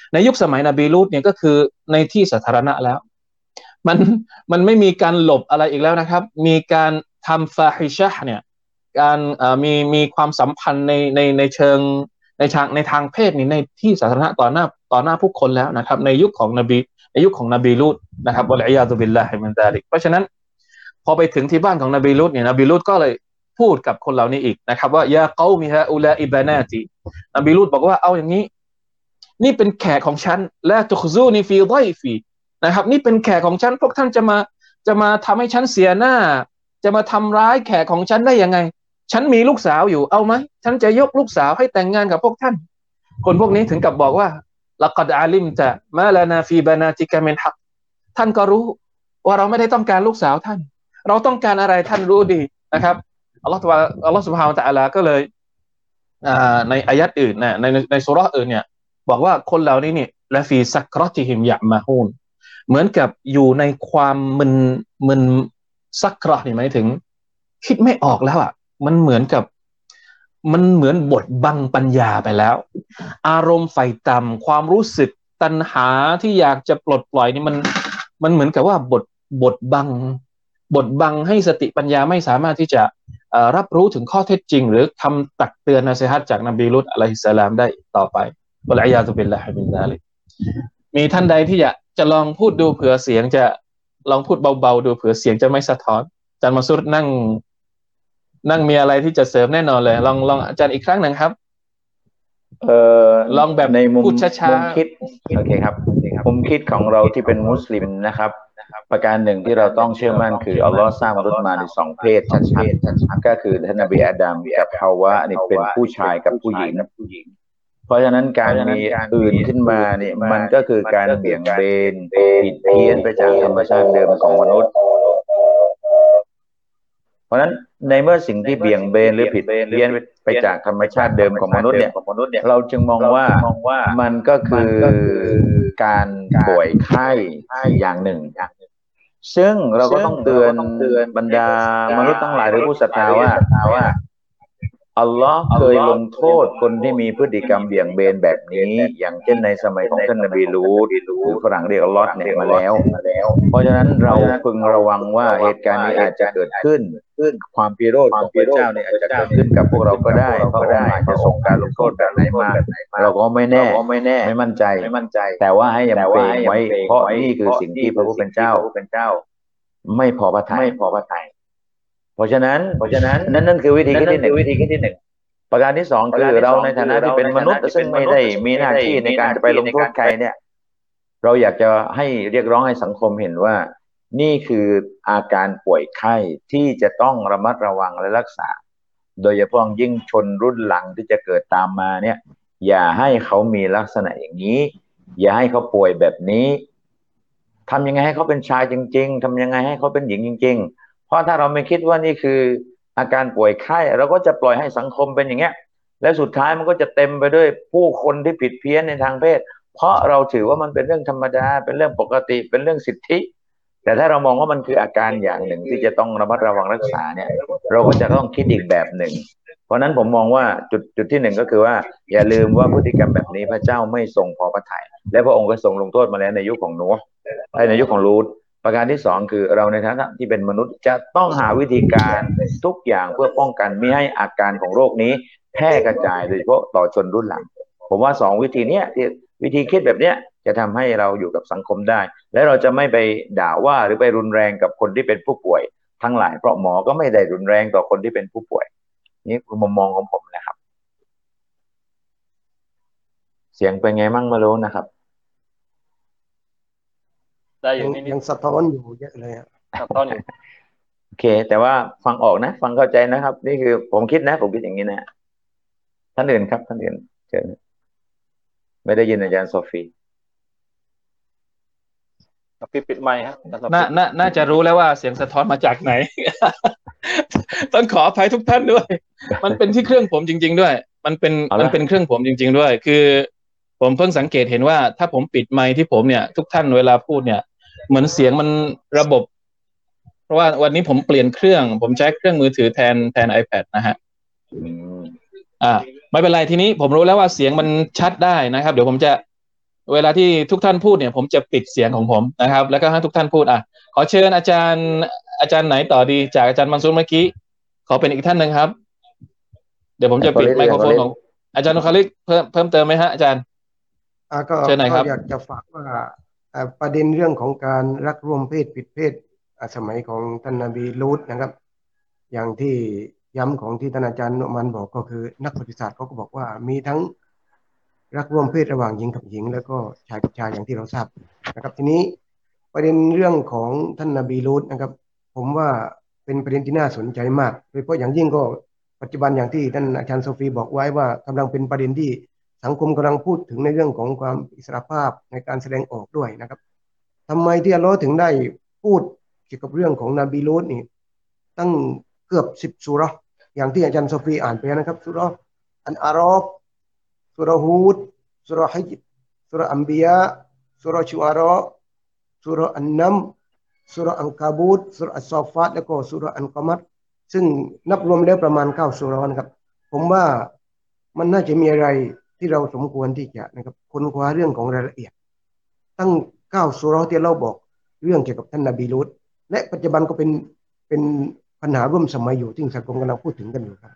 ในยุคสมัยนบีลูตเนี่ยก็คือในที่สาธารณะแล้วมันมันไม่มีการหลบอะไรอีกแล้วนะครับมีการทำฟาฮิชะห์เนี่ยการมีมีความสัมพันธ์ในในในเชิงในทางในทางเพศนี่ในที่สาธารณะต่อหน้าต่อหน้าผู้คนแล้วนะครับในยุคของนบีในยุคของนบีลูตนะครับวะลัยยาตุบิลลาฮิมินซาลิกเพราะฉะนั้นพอไปถึงที่บ้านของนบีลูตเนี่ยนบีลูตก็เลยพูดกับคนเหล่านี้อีกนะครับว่ายาเกามิฮาอุลาอิบานาตินบีลูตบอกว่าเอาอย่างนี้นี่เป็นแขกของฉันและตุคซูนีฟีฎอยฟีนะครับนี่เป็นแขกของฉันพวกท่านจะมาจะมาทำให้ฉันเสียหน้าจะมาทำร้ายแขกของฉันได้ยังไงฉันมีลูกสาวอยู่เอาไหมฉันจะยกลูกสาวให้แต่งงานกับพวกท่านคนพวกนี้ถึงกับบอกว่าละกัดอาลิมตะมาลานาฟีบานาติกะมินฮักท่านก็รู้ว่าเราไม่ได้ต้องการลูกสาวท่านเราต้องการอะไรท่านรู้ดีนะครับอัลลอฮฺอัลลอฮฺซุบฮานะฮูวะตะอาลาก็เลยในอายัดอื่นนะในในซูเราะห์อื่นเนี่ยบอกว่าคนเหล่านี้เนี่ยละฟีซักรอติฮิมยะมาฮูนเหมือนกับอยู่ในความมึนมึนซักรอนี่หมายถึงคิดไม่ออกแล้วอ่ะมันเหมือนกับมันเหมือนบทบังปัญญาไปแล้วอารมณ์ไฟต่ำความรู้สึกตัณหาที่อยากจะปลดปล่อยนี่มันมันเหมือนกับว่าบทบทบังบทบังให้สติปัญญาไม่สามารถที่จะรับรู้ถึงข้อเท็จจริงหรือคำตักเตือนนะซีฮัตจากนบีลุตอะลัยฮิสสลามได้ต่อไปวะลัยยาตุบิลลาฮิมินซาลิกมีท่านใดที่อยากจะลองพูดดูเผื่อเสียงจะลองพูดเบาๆดูเผื่อเสียงจะไม่สะท้อนอาจารย์มัสอูดนั่งนั่งมีอะไรที่จะเสริมแน่นอนเลยลองลองอาจารย์อีกครั้งหนึ่งครับเอ่อลองแบบในมุมพูดช้าๆมุมคิดโอเคครับมุมคิดของเราที่เป็นมุสลิมนะครับประการหนึ่งที่เราต้องเชื่อมั่นคืออัลลอฮ์สร้างมนุษย์มาในสองเพศชัดๆก็คือท่านนบีอาดัมกับฮาวะนี่เป็นผู้ชายกับผู้หญิงเพราะฉะนั้นการมีอื่นขึ้นมาเนี่ยมันก็คือการเบี่ยงเบนผิดเพี้ยนไปจากธรรมชาติเดิมของมนุษย์เพราะฉะนั้นในเมื่อสิ่งที่เบี่ยงเบนหรือผิดเพี้ยนไปจากธรรมชาติเดิมของมนุษย์เนี่ยเราจึงมองว่ามันก็คือการป่วยไข้อย่างหนึ่งซึ่งเราก็ต้องเตือนบรรดามนุษย์ทั้งหลายหรือผู้ศรัทธาว่าอัลลอฮ์เคยลงโทษคนที่มีพฤติกรรมเบี่ยงเบนแบบนี้อย่างเช่นในสมัยของท่านนบีลูตหรือฝรั่งเรียกอัลลอฮ์เนี่ยมาแล้วเพราะฉะนั้นเราพึงระวังว่าเหตุการณ์นี้อาจจะเกิดขึ้นความพิโรธของพระเจ้าเนี่ยอาจจะเกิดขึ้นกับพวกเราก็ได้เพราะว่าอาจจะส่งการลงโทษแบบไหนมาเราก็ไม่แน่ไม่มั่นใจแต่ว่าให้ยังเกรงไว้เพราะนี่คือสิ่งที่พระผู้เป็นเจ้าไม่พอพระทัยเพราะฉะนั้นเพราะฉะนั้นนั่นนั่นคือวิธีคิดที่หนึ่งวิธีคิดที่หนึ่งประการที่สองคือเราในฐานะที่เป็นมนุษย์ซึ่งไม่ได้มีหน้าที่ในการจะไปลงโทษใครเนี่ยเราอยากจะให้เรียกร้องให้สังคมเห็นว่านี่คืออาการป่วยไข้ที่จะต้องระมัดระวังและรักษาโดยเฉพาะยิ่งชนรุ่นหลังที่จะเกิดตามมาเนี่ยอย่าให้เขามีลักษณะอย่างนี้อย่าให้เขาป่วยแบบนี้ทำยังไงให้เขาเป็นชายจริงๆทำยังไงให้เขาเป็นหญิงจริงๆเพราะถ้าเราไม่คิดว่านี่คืออาการป่วยไข้เราก็จะปล่อยให้สังคมเป็นอย่างเงี้ยและสุดท้ายมันก็จะเต็มไปด้วยผู้คนที่ผิดเพี้ยนในทางเพศเพราะเราถือว่ามันเป็นเรื่องธรรมดาเป็นเรื่องปกติเป็นเรื่องสิทธิแต่ถ้าเรามองว่ามันคืออาการอย่างหนึ่งที่จะต้องระมัดระวังรักษาเนี่ยเราก็จะต้องคิดอีกแบบหนึ่งเพราะนั้นผมมองว่าจุดจุดที่หนึ่งก็คือว่าอย่าลืมว่าพฤติกรรมแบบนี้พระเจ้าไม่ทรงพอพระทัยและพระองค์ก็ทรงลงโทษมาแล้วในยุคของนูห์ในยุคของลูตประการที่สองคือเราในฐานะที่เป็นมนุษย์จะต้องหาวิธีการทุกอย่างเพื่อป้องกันไม่ให้อาการของโรคนี้แพร่กระจายโดยเฉพาะต่อชนรุ่นหลังผมว่าสองวิธีนี้ที่วิธีคิดแบบเนี้ยจะทำให้เราอยู่กับสังคมได้และเราจะไม่ไปด่าว่าหรือไปรุนแรงกับคนที่เป็นผู้ป่วยทั้งหลายเพราะหมอก็ไม่ได้รุนแรงต่อคนที่เป็นผู้ป่วยนี่คือมุมมองของผมนะครับเสียงเป็นไงมั่งไม่รู้นะครับได้อยู่นิดยังสะท้อนอยู่เยอะเลยอ่ะสะท้อนอยู่โอเคแต่ว่าฟังออกนะฟังเข้าใจนะครับนี่คือผมคิดนะผมคิดอย่างนี้นะท่านอื่นครับท่านอื่นเชิญไม่ได้ยินอาจารย์โซฟีปิดปิดไมค์ครับน่าน่าน่าจะรู้แล้วว่าเสียงสะท้อนมาจากไหน ต้องขออภัยทุกท่านด้วยมันเป็นที่เครื่องผมจริงๆด้วยมันเป็นมันเป็นเครื่องผมจริงๆด้วยคือผมเพิ่งสังเกตเห็นว่าถ้าผมปิดไมค์ที่ผมเนี่ยทุกท่านเวลาพูดเนี่ยเหมือนเสียงมันระบบเพราะว่าวันนี้ผมเปลี่ยนเครื่องผมใช้เครื่องมือถือแทนแทน iPad นะฮะอ่าไม่เป็นไรทีนี้ผมรู้แล้วว่าเสียงมันชัดได้นะครับเดี๋ยวผมจะเวลาที่ทุกท่านพูดเนี่ยผมจะปิดเสียงของผมนะครับแล้วก็ให้ทุกท่านพูดอ่ะขอเชิญอาจารย์อาจารย์ไหนต่อดีจากอาจารย์มังซูรเมื่อกี้ขอเป็นอีกท่านหนึ่งครับเดี๋ยวผมจะปิดไมโครโฟนของอาจารย์นุคาลิกเพิ่มเพิ่มเติมไหมฮะอาจารย์อ่าก็เชิญหน่อยครับอยากจะฝากว่าประเด็นเรื่องของการรักร่วมเพศผิดเพศสมัยของท่านนบีลูตนะครับอย่างที่ย้ำของที่ท่านอาจารย์นุมันบอกก็คือนักประวัติศาสตร์เขาก็บอกว่ามีทั้งรักร่วมเพศระหว่างหญิงกับหญิงแล้วก็ชายกับชายอย่างที่เราทราบนะครับทีนี้ประเด็นเรื่องของท่านนบีลูตนะครับผมว่าเป็นประเด็นที่น่าสนใจมากโดยเฉพาะอย่างยิ่งก็ปัจจุบันอย่างที่ท่านอาจารย์โซฟีบอกไว้ว่ากำลังเป็นประเด็นที่สังคมกำลังพูดถึงในเรื่องของความอิสรภาพในการแสดงออกด้วยนะครับทำไมที่อัลเลาะห์ถึงได้พูดเกี่ยวกับเรื่องของนบีลูตนี่ตั้งเกือบสิบซูเราะห์อย่างที่อาจารย์โซฟีอ่านไปนะครับซูเราะห์อันอารอฟซูเราะห์ฮูดซูเราะห์ฮิจรซูเราะห์อัมบิยาซูเราะห์ชูอาเราะห์ซูเราะห์อันนัมซูเราะห์อันกาบูตซูเราะห์อัสซอฟาตแล้วก็ซูเราะห์อันกอมัรซึ่งนับรวมแล้วประมาณเก้าซูเราะห์นะครับผมว่ามันน่าจะมีอะไรที่เราสมควรที่จะนะครับค้นคว้าเรื่องของรายละเอียดตั้งเก้าซูเราะห์ที่เราบอกเรื่องเกี่ยวกับท่านนบีลูตและปัจจุบันก็เป็นเป็นปัญหาร่วมสมัยอยู่ที่สังคมกำลังพูดถึงกันอยู่ครับ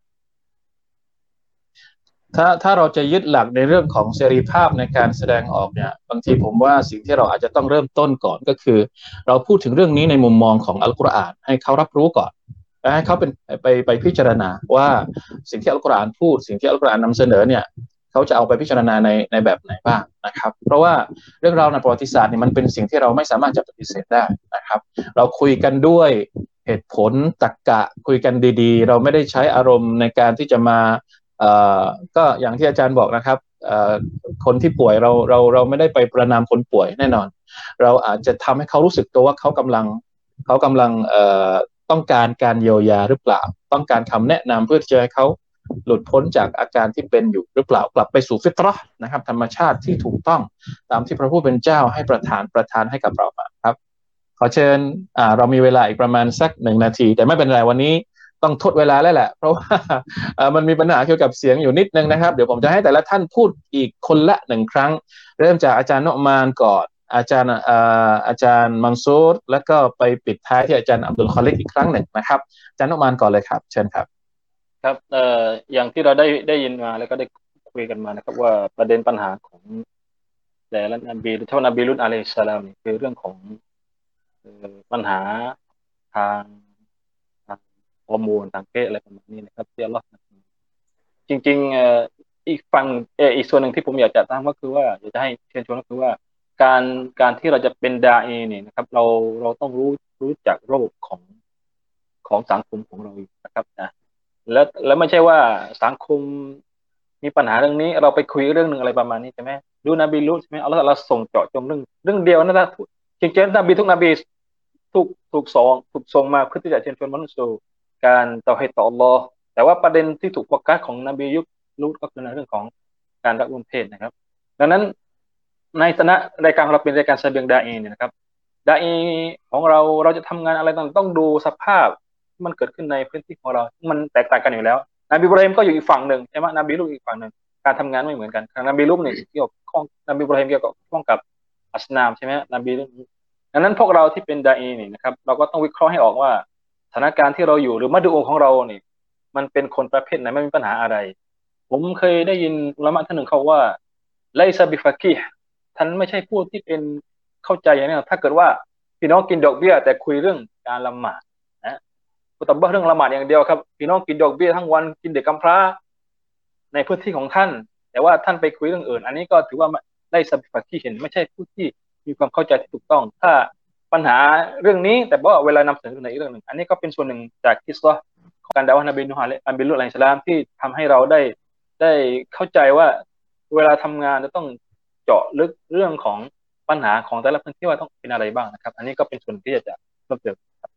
ถ้าถ้าเราจะยึดหลักในเรื่องของเสรีภาพในการแสดงออกเนี่ยบางทีผมว่าสิ่งที่เราอาจจะต้องเริ่มต้นก่อนก็คือเราพูดถึงเรื่องนี้ในมุมมองของอัลกุรอานให้เขารับรู้ก่อนและให้เขาเป็นไปไปพิจารณาว่าสิ่งที่อัลกุรอานพูดสิ่งที่อัลกุรอานนำเสนอเนี่ยเขาจะเอาไปพิจารณาในในแบบไหนบ้างนะครับเพราะว่าเรื่องราวในประวัติศาสตร์นี่มันเป็นสิ่งที่เราไม่สามารถจะปฏิเสธได้นะครับเราคุยกันด้วยเหตุผลตรรกะคุยกันดีๆเราไม่ได้ใช้อารมณ์ในการที่จะมาเอ่อก็อย่างที่อาจารย์บอกนะครับเอ่อคนที่ป่วยเราเราเราไม่ได้ไปประณามคนป่วยแน่นอนเราอาจจะทำให้เขารู้สึกตัวว่าเขากำลังเขากำลังเอ่อต้องการการเยียวยาหรือเปล่าต้องการคำแนะนำเพื่อที่จะให้เขาหลุดพ้นจากอาการที่เป็นอยู่หรือเปล่ากลับไปสู่ฟิตเราะห์นะครับธรรมชาติที่ถูกต้องตามที่พระผู้เป็นเจ้าให้ประทานประทานให้กับเรามาครับขอเชิญอ่าเรามีเวลาอีกประมาณสักหนึ่งนาทีแต่ไม่เป็นไรวันนี้ต้องทดเวลาแล้วแหละเพราะว่ามันมีปัญหาเกี่ยวกับเสียงอยู่นิดนึงนะครับเดี๋ยวผมจะให้แต่ละท่านพูดอีกคนละหนึ่งครั้งเริ่มจากอาจารย์นุมานก่อนอาจารย์อาจารย์มังซูรแล้วก็ไปปิดท้ายที่อาจารย์อับดุลคอลิกอีกครั้งหนึ่งนะครับอาจารย์นุมานก่อนเลยครับเชิญครับครับเอ่ออย่างที่เราได้ได้ยินมาแล้วก็ได้คุยกันมานะครับว่าประเด็นปัญหาของแต่ละนบีเท่านบีลุตอะลัยฮิสสลามนี่คือเรื่องของปัญหาทางทางฮอร์โมนทางเพศอะไรประมาณนี้นะครับที่อัลเลาะห์จริงๆเอ่ออีกฝั่งเอออีกส่วนหนึ่งที่ผมอยากจะตั้งก็คือว่าอยากจะให้เชิญชวนก็คือว่าการการที่เราจะเป็นดาอีเนี่ยนะครับเราเราต้องรู้รู้จักโรคของของสังคมของเรานะครับนะแล้วแล้วไม่ใช่ว่าสังคมมีปัญหาเรื่องนี้เราไปคุยเรื่องหนึ่งอะไรประมาณนี้ใช่ไหมดูนบีลูตใช่ไหมอัลเลาะห์เราส่งเจาะจงเรื่องเรื่องเดียวนั่นแหละจริงๆนบีทุกนบีถูกถูกส่งถูกส่งมาเพื่อที่จะเชิญชวนมนุษย์สู่การเตาฮีดต่ออัลลอฮ์แต่ว่าประเด็นที่ถูกโฟกัสของนบียุคลูตก็คือในเรื่องของการรักร่วมเพศนะครับดังนั้นในฐานะรายการเราเป็นรายการเสบียงดาอีเนี่ยนะครับดาอีของเราเราจะทำงานอะไรต้องต้องดูสภาพที่มันเกิดขึ้นในพื้นที่ของเรามันแตกต่างกันอยู่แล้วนบีอิบราฮิมก็อยู่อีกฝั่งหนึ่งใช่ไหมนบีลูตอีกฝั่งหนึ่งการทำงานไม่เหมือนกันนบีลูตเนี่ยเกี่ยวข้องนบีอิบราฮิมเกี่ยวข้องกับอัสนามใช่ไหมนบีลูตดังนั้นพวกเราที่เป็นดาอีนี่นะครับเราก็ต้องวิเคราะห์ให้ออกว่าสถานการณ์ที่เราอยู่หรือมัดดูของเราเนี่ยมันเป็นคนประเภทไหนไม่มีปัญหาอะไรผมเคยได้ยินอุลามะท่านหนึ่งเขาว่าไลซาบิฟะกีฮ์ท่านไม่ใช่ผู้ที่เป็นเข้าใจอย่างนี้ถ้าเกิดว่าพี่น้องกินดอกเบี้ยแต่คุยเรื่องการละหมาดนะกุตบะเรื่องละหมาดอย่างเดียวครับพี่น้องกินดอกเบี้ยทั้งวันกินเด็กกำพร้าในพื้นที่ของท่านแต่ว่าท่านไปคุยเรื่องอื่นอันนี้ก็ถือว่าไลซาบิฟะกีฮ์เห็นไม่ใช่ผู้ที่มีความเข้าใจที่ถูกต้องถ้าปัญหาเรื่องนี้แต่ว่าเวลานำเสนอในอีกเรื่องหนึ่งอันนี้ก็เป็นส่วนหนึ่งจากกิสซะห์ของการดะวะห์นบีนูฮ์อะลัยฮิสสลามที่ทำให้เราได้ได้เข้าใจว่าเวลาทำงานจะต้องเจาะลึกเรื่องของปัญหาของแต่ละพื้นที่ว่าต้องเป็นอะไรบ้างนะครับอันนี้ก็เป็นส่วนที่จะเพิ่มเติมครับ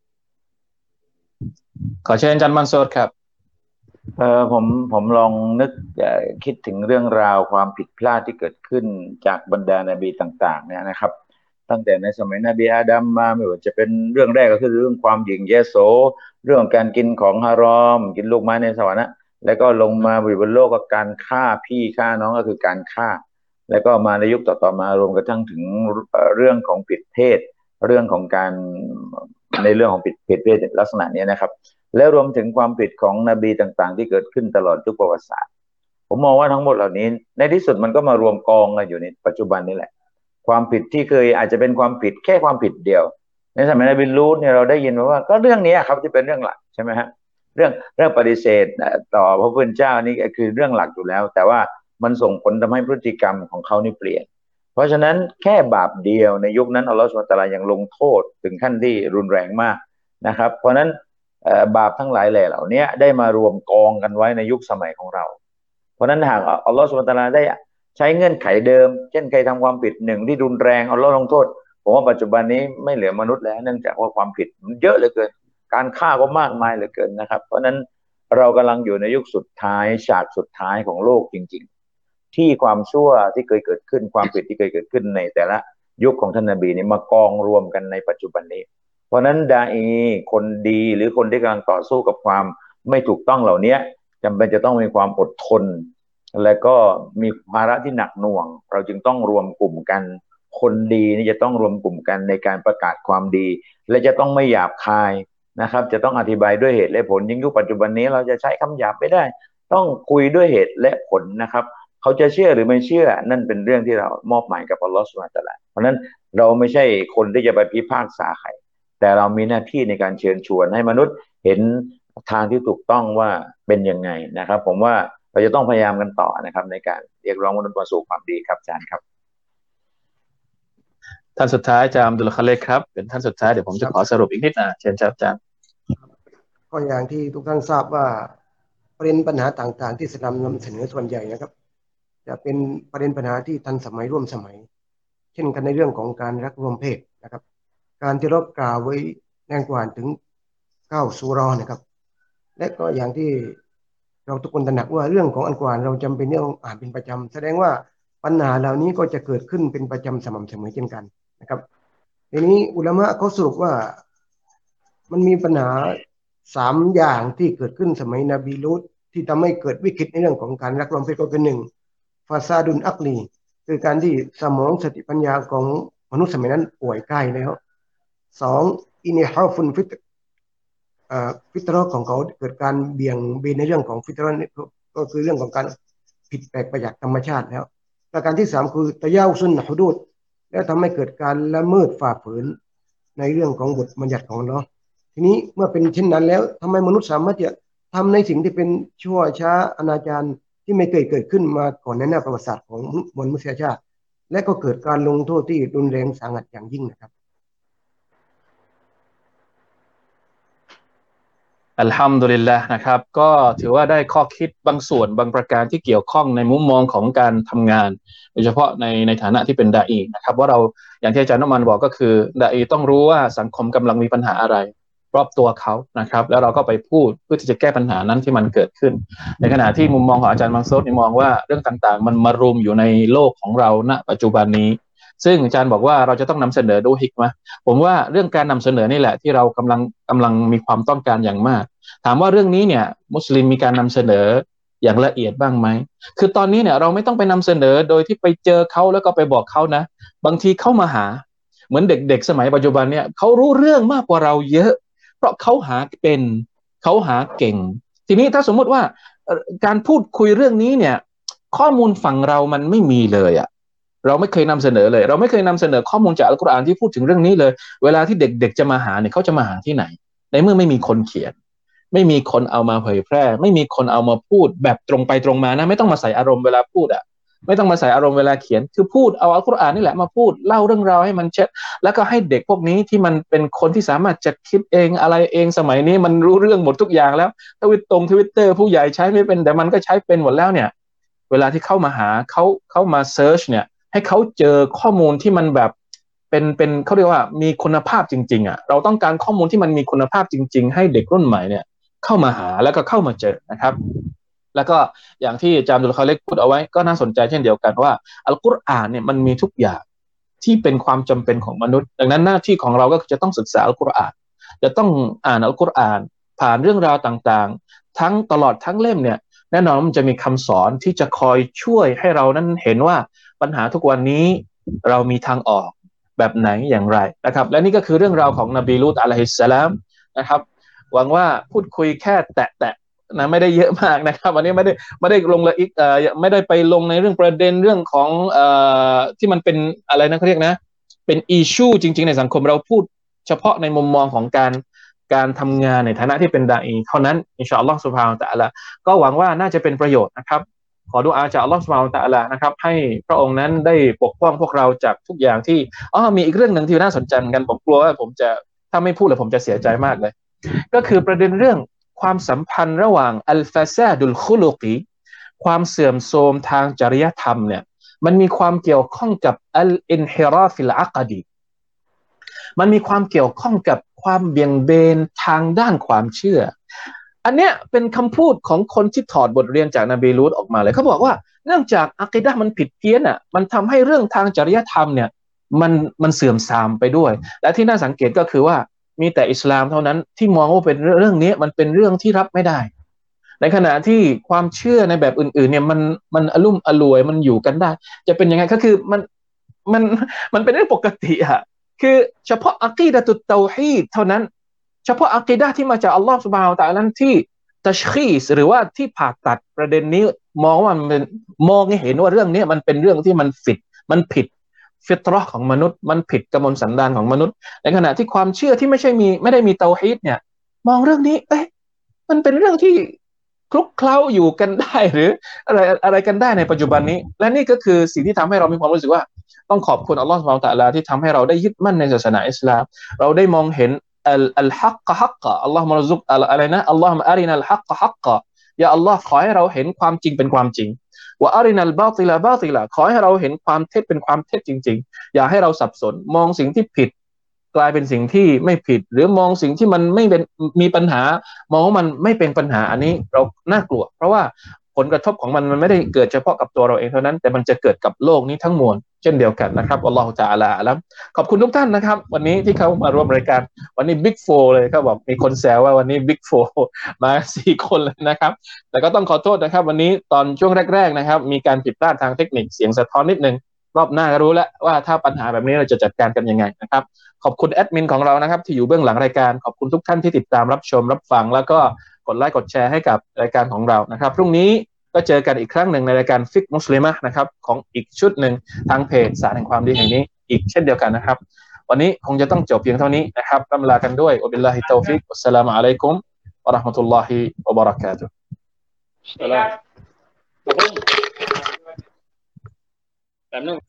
ขอเชิญอาจารย์มังซูรครับเออผมผมลองนึกคิดถึงเรื่องราวความผิดพลาดที่เกิดขึ้นจากบรรดานบีต่างๆเนี่ยนะครับตั้งแต่ในสมัยนบีอาดัมมาไม่ว่าจะเป็นเรื่องแรกก็คือเรื่องความหยิ่งแยโสเรื่องการกินของฮารอมกินลูกไม้ในสวรรค์นะแล้วก็ลงมาบนโลกก็การฆ่าพี่ฆ่าน้องก็คือการฆ่าแล้วก็มาในยุคต่อๆมารวมกระทั่งถึงเรื่องของผิดเพศเรื่องของการในเรื่องของผิดผิดเพศลักษณะนี้นะครับและรวมถึงความผิดของนบีต่างๆที่เกิดขึ้นตลอดยุคประวัติศาสตร์ผมมองว่าทั้งหมดเหล่านี้ในที่สุดมันก็มารวมกองกันอยู่ในปัจจุบันนี้แหละความผิดที่เคยอาจจะเป็นความผิดแค่ความผิดเดียวในสมัยนบีลูตเนี่ยเราได้ยินมาว่าก็เรื่องนี้ครับที่เป็นเรื่องหลักใช่ไหมฮะเรื่องเรื่องปฏิเสธต่อพระผู้เป็นเจ้านี่คือเรื่องหลักอยู่แล้วแต่ว่ามันส่งผลทำให้พฤติกรรมของเขานี่เปลี่ยนเพราะฉะนั้นแค่บาปเดียวในยุคนั้นอัลลอฮฺซุบฮานะฮูวะตะอาลายังลงโทษถึงขั้นที่รุนแรงมากนะครับเพราะฉะนั้นบาปทั้งหลายแหล่เหล่านี้ได้มารวมกองกันไว้ในยุคสมัยของเราเพราะฉะนั้นหากอัลลอฮฺซุบฮานะฮูวะตะอาลาได้ใช้เงื่อนไขเดิมเช่นใครทำความผิดหนึ่งที่รุนแรงอัลลอฮฺลงโทษผมว่าปัจจุบันนี้ไม่เหลือมนุษย์แล้วเนื่องจากว่าความผิดมันเยอะเหลือเกินการฆ่าก็มากมายเหลือเกินนะครับเพราะฉะนั้นเรากำลังอยู่ในยุคสุดท้ายฉากสุดท้ายของโลกจริงๆที่ความชั่วที่เคยเกิดขึ้นความผิดที่เคยเกิดขึ้นในแต่ละยุคของท่านนบีนี่มากองรวมกันในปัจจุบันนี้เพราะฉะนั้นดาอีคนดีหรือคนที่กำลังต่อสู้กับความไม่ถูกต้องเหล่านี้จำเป็นจะต้องมีความอดทนและก็มีภาระที่หนักหน่วงเราจึงต้องรวมกลุ่มกันคนดีนี่จะต้องรวมกลุ่มกันในการประกาศความดีและจะต้องไม่หยาบคายนะครับจะต้องอธิบายด้วยเหตุและผลยิ่งยุคปัจจุบันนี้เราจะใช้คำหยาบไม่ได้ต้องคุยด้วยเหตุและผลนะครับเขาจะเชื่อหรือไม่เชื่อนั่นเป็นเรื่องที่เรามอบหมายกับอัลลอฮฺซุบฮานะฮูวะตะอาลาเพราะนั้นเราไม่ใช่คนที่จะไปพิพากษาใครแต่เรามีหน้าที่ในการเชิญชวนให้มนุษย์เห็นทางที่ถูกต้องว่าเป็นยังไงนะครับผมว่าเราจะต้องพยายามกันต่อนะครับในการเรียกร้องมนุษย์มาสู่ความดีครับอาจารย์ครับท่านสุดท้ายอาจารย์อับดุลคาเลกครับเป็นท่านสุดท้ายเดี๋ยวผมจะขอสรุปอีกนิดนะเชิญครับอาจารย์ก็อย่างที่ทุกท่านทราบว่าประเด็นปัญหาต่างๆที่อิสลามนำเสนอส่วนใหญ่นะครับจะเป็นประเด็นปัญหาที่ทันสมัยร่วมสมัยเช่นกันในเรื่องของการรักรวมเพศนะครับการที่เรากล่าวไว้ในอัลกุรอานถึงเก้าซูเราะห์นะครับและก็อย่างที่เราทุกคนตระหนักว่าเรื่องของอัลกุรอานเราจำเป็นต้องอ่านเป็นประจำแสดงว่าปัญหาเหล่านี้ก็จะเกิดขึ้นเป็นประจำสม่ำเสมอเช่นกันนะครับทีนี้อุลามะเขาสรุปว่ามันมีปัญหาสามอย่างที่เกิดขึ้นสมัยนบีลูตที่ทำให้เกิดวิกฤตในเรื่องของการรักรวมเพศก็คือหนึ่งฟาซาดุนอักลีคือการที่สมองสติปัญญาของมนุษย์สมัยนั้นป่วยใกล้แล้วสองอินิฮาฟุนฟิตฟิตรอของเขาเกิดการเบี่ยงเบนในเรื่องของฟิตรอก็คือเรื่องของการผิดแปลกไปจากธรรมชาติแล้วประการที่สามคือตะยาวซุนฮุดูดและทำให้เกิดการละเมิดฝ่าฝืนในเรื่องของบทบัญญัติของเราทีนี้เมื่อเป็นเช่นนั้นแล้วทำไมมนุษย์สามารถจะทำในสิ่งที่เป็นชั่วช้าอนาจารที่ไม่เคยเกิดขึ้นมาก่อนในหน้าประวัติศาสตร์ของมวลมนุษยชาติและก็เกิดการลงโทษที่รุนแรงสาหัสอย่างยิ่งนะครับอัลฮัมดุลิลละห์นะครับก็ถือว่าได้ข้อคิดบางส่วนบางประการที่เกี่ยวข้องในมุมมองของการทำงานโดยเฉพาะในในฐานะที่เป็นดาอีนะครับว่าเราอย่างที่อาจารย์น้ำมันบอกก็คือดาอีต้องรู้ว่าสังคมกำลังมีปัญหาอะไรรอบตัวเขานะครับแล้วเราก็ไปพูดเพื่อที่จะแก้ปัญหานั้นที่มันเกิดขึ้นในขณะที่มุมมองของอาจารย์มังซูดมองว่าเรื่องต่างๆมันมารุมอยู่ในโลกของเราณปัจจุบันนี้ซึ่งอาจารย์บอกว่าเราจะต้องนำเสนอด้วยฮิกมะห์ผมว่าเรื่องการนำเสนอนี่แหละที่เรากำลังกำลังมีความต้องการอย่างมากถามว่าเรื่องนี้เนี่ยมุสลิมมีการนำเสนออย่างละเอียดบ้างไหมคือตอนนี้เนี่ยเราไม่ต้องไปนำเสนอโดยที่ไปเจอเขาแล้วก็ไปบอกเขานะบางทีเข้ามาหาเหมือนเด็กๆสมัยปัจจุบันเนี่ยเขารู้เรื่องมากกว่าเราเยอะเพราะเขาหาเป็นเขาหาเก่งทีนี้ถ้าสมมุติว่าการพูดคุยเรื่องนี้เนี่ยข้อมูลฝั่งเรามันไม่มีเลยอะเราไม่เคยนำเสนอเลยเราไม่เคยนำเสนอข้อมูลจากอัลกุรอานที่พูดถึงเรื่องนี้เลยเวลาที่เด็กๆจะมาหาเนี่ยเขาจะมาหาที่ไหนในเมื่อไม่มีคนเขียนไม่มีคนเอามาเผยแพร่ไม่มีคนเอามาพูดแบบตรงไปตรงมานะไม่ต้องมาใส่อารมณ์เวลาพูดอ่ะไม่ต้องมาใส่อารมณ์เวลาเขียนคือพูดเอาอัลกุรอานนี่แหละมาพูดเล่าเรื่องราวให้มันชัดแล้วก็ให้เด็กพวกนี้ที่มันเป็นคนที่สามารถจะคิดเองอะไรเองสมัยนี้มันรู้เรื่องหมดทุกอย่างแล้วทวิตตรงทวิตเตอร์ผู้ใหญ่ใช้ไม่เป็นแต่มันก็ใช้เป็นหมดแล้วเนี่ยเวลาที่เข้ามาหาเขาเขามาเซิร์ชเนี่ยให้เขาเจอข้อมูลที่มันแบบเป็นเป็นเขาเรียกว่ามีคุณภาพจริงๆอ่ะเราต้องการข้อมูลที่มันมีคุณภาพจริงๆให้เด็กรุ่นใหม่เนี่ยเข้ามาหาแล้วก็เข้ามาเจอนะครับแล้วก็อย่างที่อาจารย์ดุลคาเล็กพูดเอาไว้ก็น่าสนใจเช่นเดียวกันว่าอัลกุรอานเนี่ยมันมีทุกอย่างที่เป็นความจำเป็นของมนุษย์ดังนั้นหน้าที่ของเราก็จะต้องศึกษาอัลกุรอานจะต้องอ่านอัลกุรอานผ่านเรื่องราวต่างๆทั้งตลอดทั้งเล่มเนี่ยแน่นอนมันจะมีคำสอนที่จะคอยช่วยให้เรานั้นเห็นว่าปัญหาทุกวันนี้เรามีทางออกแบบไหนอย่างไรนะครับและนี่ก็คือเรื่องราวของนบีลูตอะลัยฮิสสลามนะครับหวังว่าพูดคุยแค่แตะๆนะไม่ได้เยอะมากนะครับวันนี้ไม่ได้ไม่ได้ลงละเอียดเอ่อไม่ได้ไปลงในเรื่องประเด็นเรื่องของเอ่อที่มันเป็นอะไรนะเขาเรียกนะเป็นอิชชูจริงๆในสังคมเราพูดเฉพาะในมุมมองของการการทำงานในฐานะที่เป็นดาอีเท่านั้นอินชาอัลลอฮฺซุบฮานะฮูวะตะอาลาก็หวังว่าน่าจะเป็นประโยชน์นะครับขอดุอาจากอัลลอฮฺซุบฮานะฮูวะตะอาลานะครับให้พระองค์นั้นได้ปกป้องพวกเราจากทุกอย่างที่อ๋อมีอีกเรื่องหนึ่งที่น่าสนใจเหมือนกันผมกลัวว่าผมจะถ้าไม่พูดแล้วผมจะเสียใจมากเลยก็คือประเด็นเรื่องความสัมพันธ์ระหว่างอัลฟาซาดุลคุลุกีความเสื่อมโทรมทางจริยธรรมเนี่ยมันมีความเกี่ยวข้องกับอัลอินฮิราฟิลอะกดีมันมีความเกี่ยวข้องกับความเบี่ยงเบนทางด้านความเชื่ออันเนี้ยเป็นคำพูดของคนที่ถอดบทเรียนจากนบีลูตออกมาเลยเขาบอกว่าเนื่องจากอะกีดะห์มันผิดเพี้ยนอ่ะมันทำให้เรื่องทางจริยธรรมเนี่ยมันมันเสื่อมทรามไปด้วยและที่น่าสังเกตก็คือว่ามีแต่อิสลามเท่านั้นที่มองว่าเป็นเรื่องนี้มันเป็นเรื่องที่รับไม่ได้ในขณะที่ความเชื่อในแบบอื่นๆเนี่ยมันมันอลุ่มอล่วยมันอยู่กันได้จะเป็นยังไงก็คือมันมันมันเป็นเรื่องปกติอะคือเฉพาะอะกีดะตุตเตาฮีดเท่านั้นเฉพาะอะกีดะห์ที่มาจากอัลลอฮฺซุบฮานะฮูวะตะอาลาที่ตัชคีซหรือว่าที่ผ่าตัดประเด็นนี้มองว่ามันเป็นมองให้เห็นว่าเรื่องนี้มันเป็นเรื่องที่มันผิดมันผิดฟิตเราะห์ของมนุษย์มันผิดกมลสันดานของมนุษย์ในขณะที่ความเชื่อที่ไม่ใช่มีไม่ได้มีเตาฮีดเนี่ยมองเรื่องนี้เอ๊ะมันเป็นเรื่องที่คลุกเคล้าอยู่กันได้หรืออะไรอะไรกันได้ในปัจจุบันนี้และนี่ก็คือสิ่งที่ทำให้เรามีความรู้สึกว่าต้องขอบคุณอัลลอฮฺซุบฮานะฮูวะตะอาลาที่ทำให้เราได้ยึดมั่นในศาสนาอิสลามเราได้มองเห็นอัลอัลฮักกะฮักกะอัลลอฮฺมะรซุกอะไรนะอัลลอฮฺมะอารินัลฮักกะฮักกะยาอัลลอฮฺขอให้เราเห็นความจริงเป็นความจริงวะอารินัลบาติละบาติละขอให้เราเห็นความเท็จเป็นความเท็จจริงๆอย่าให้เราสับสนมองสิ่งที่ผิดกลายเป็นสิ่งที่ไม่ผิดหรือมองสิ่งที่มันไม่เป็นมีปัญหามองว่ามันไม่เป็นปัญหาอันนี้เราน่ากลัวเพราะว่าผลกระทบของมันมันไม่ได้เกิดเฉพาะกับตัวเราเองเท่านั้นแต่มันจะเกิดกับโลกนี้ทั้งมวลเช่นเดียวกันนะครับอัลลอฮฺตะอาลาอะลัมขอบคุณทุกท่านนะครับวันนี้ที่เขามาร่วมรายการวันนี้บิ๊กโฟร์เลยเขาบอกมีคนแซวว่าวันนี้บิ๊กโฟร์มาสี่คนเลยนะครับแต่ก็ต้องขอโทษนะครับวันนี้ตอนช่วงแรกๆนะครับมีการผิดพลาดทางเทคนิคเสียงสะท้อนนิดนึงรอบหน้าก็รู้แล้วว่าถ้าปัญหาแบบนี้เราจะจัดการกันยังไงนะครับขอบคุณแอดมินของเรานะครับที่อยู่เบื้องหลังรายการขอบคุณทุกท่านที่ติดตามรับชมรับฟังแล้วก็กดไลค์กดแชร์ให้กับรายการของเรานะครับพรุ่งนี้ก็เจอกันอีกครั้งหนึ่งในรายการฟิกมุสลิมะนะครับของอีกชุดหนึ่งทางเพจสารแห่งความดีแห่งนี้อีกเช่นเดียวกันนะครับวันนี้คงจะต้องจบเพียงเท่านี้นะครับร่ำลากันด้วยอับิลลาฮิตอฟิกวัสสลามุอะลัยกุมวะเราะห์มะตุลลอฮิวะบะเราะกาตุฮ์แบบนึง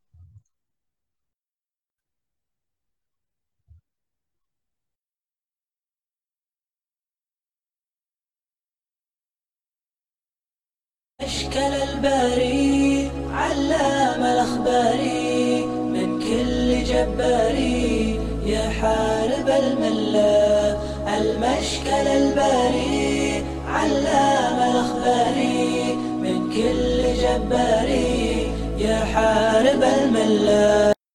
أشكال الباري علام الأخباري من كل جباري يا حارب الملا المشكل الباري علام الأخباري من كل جباري يا حارب الملا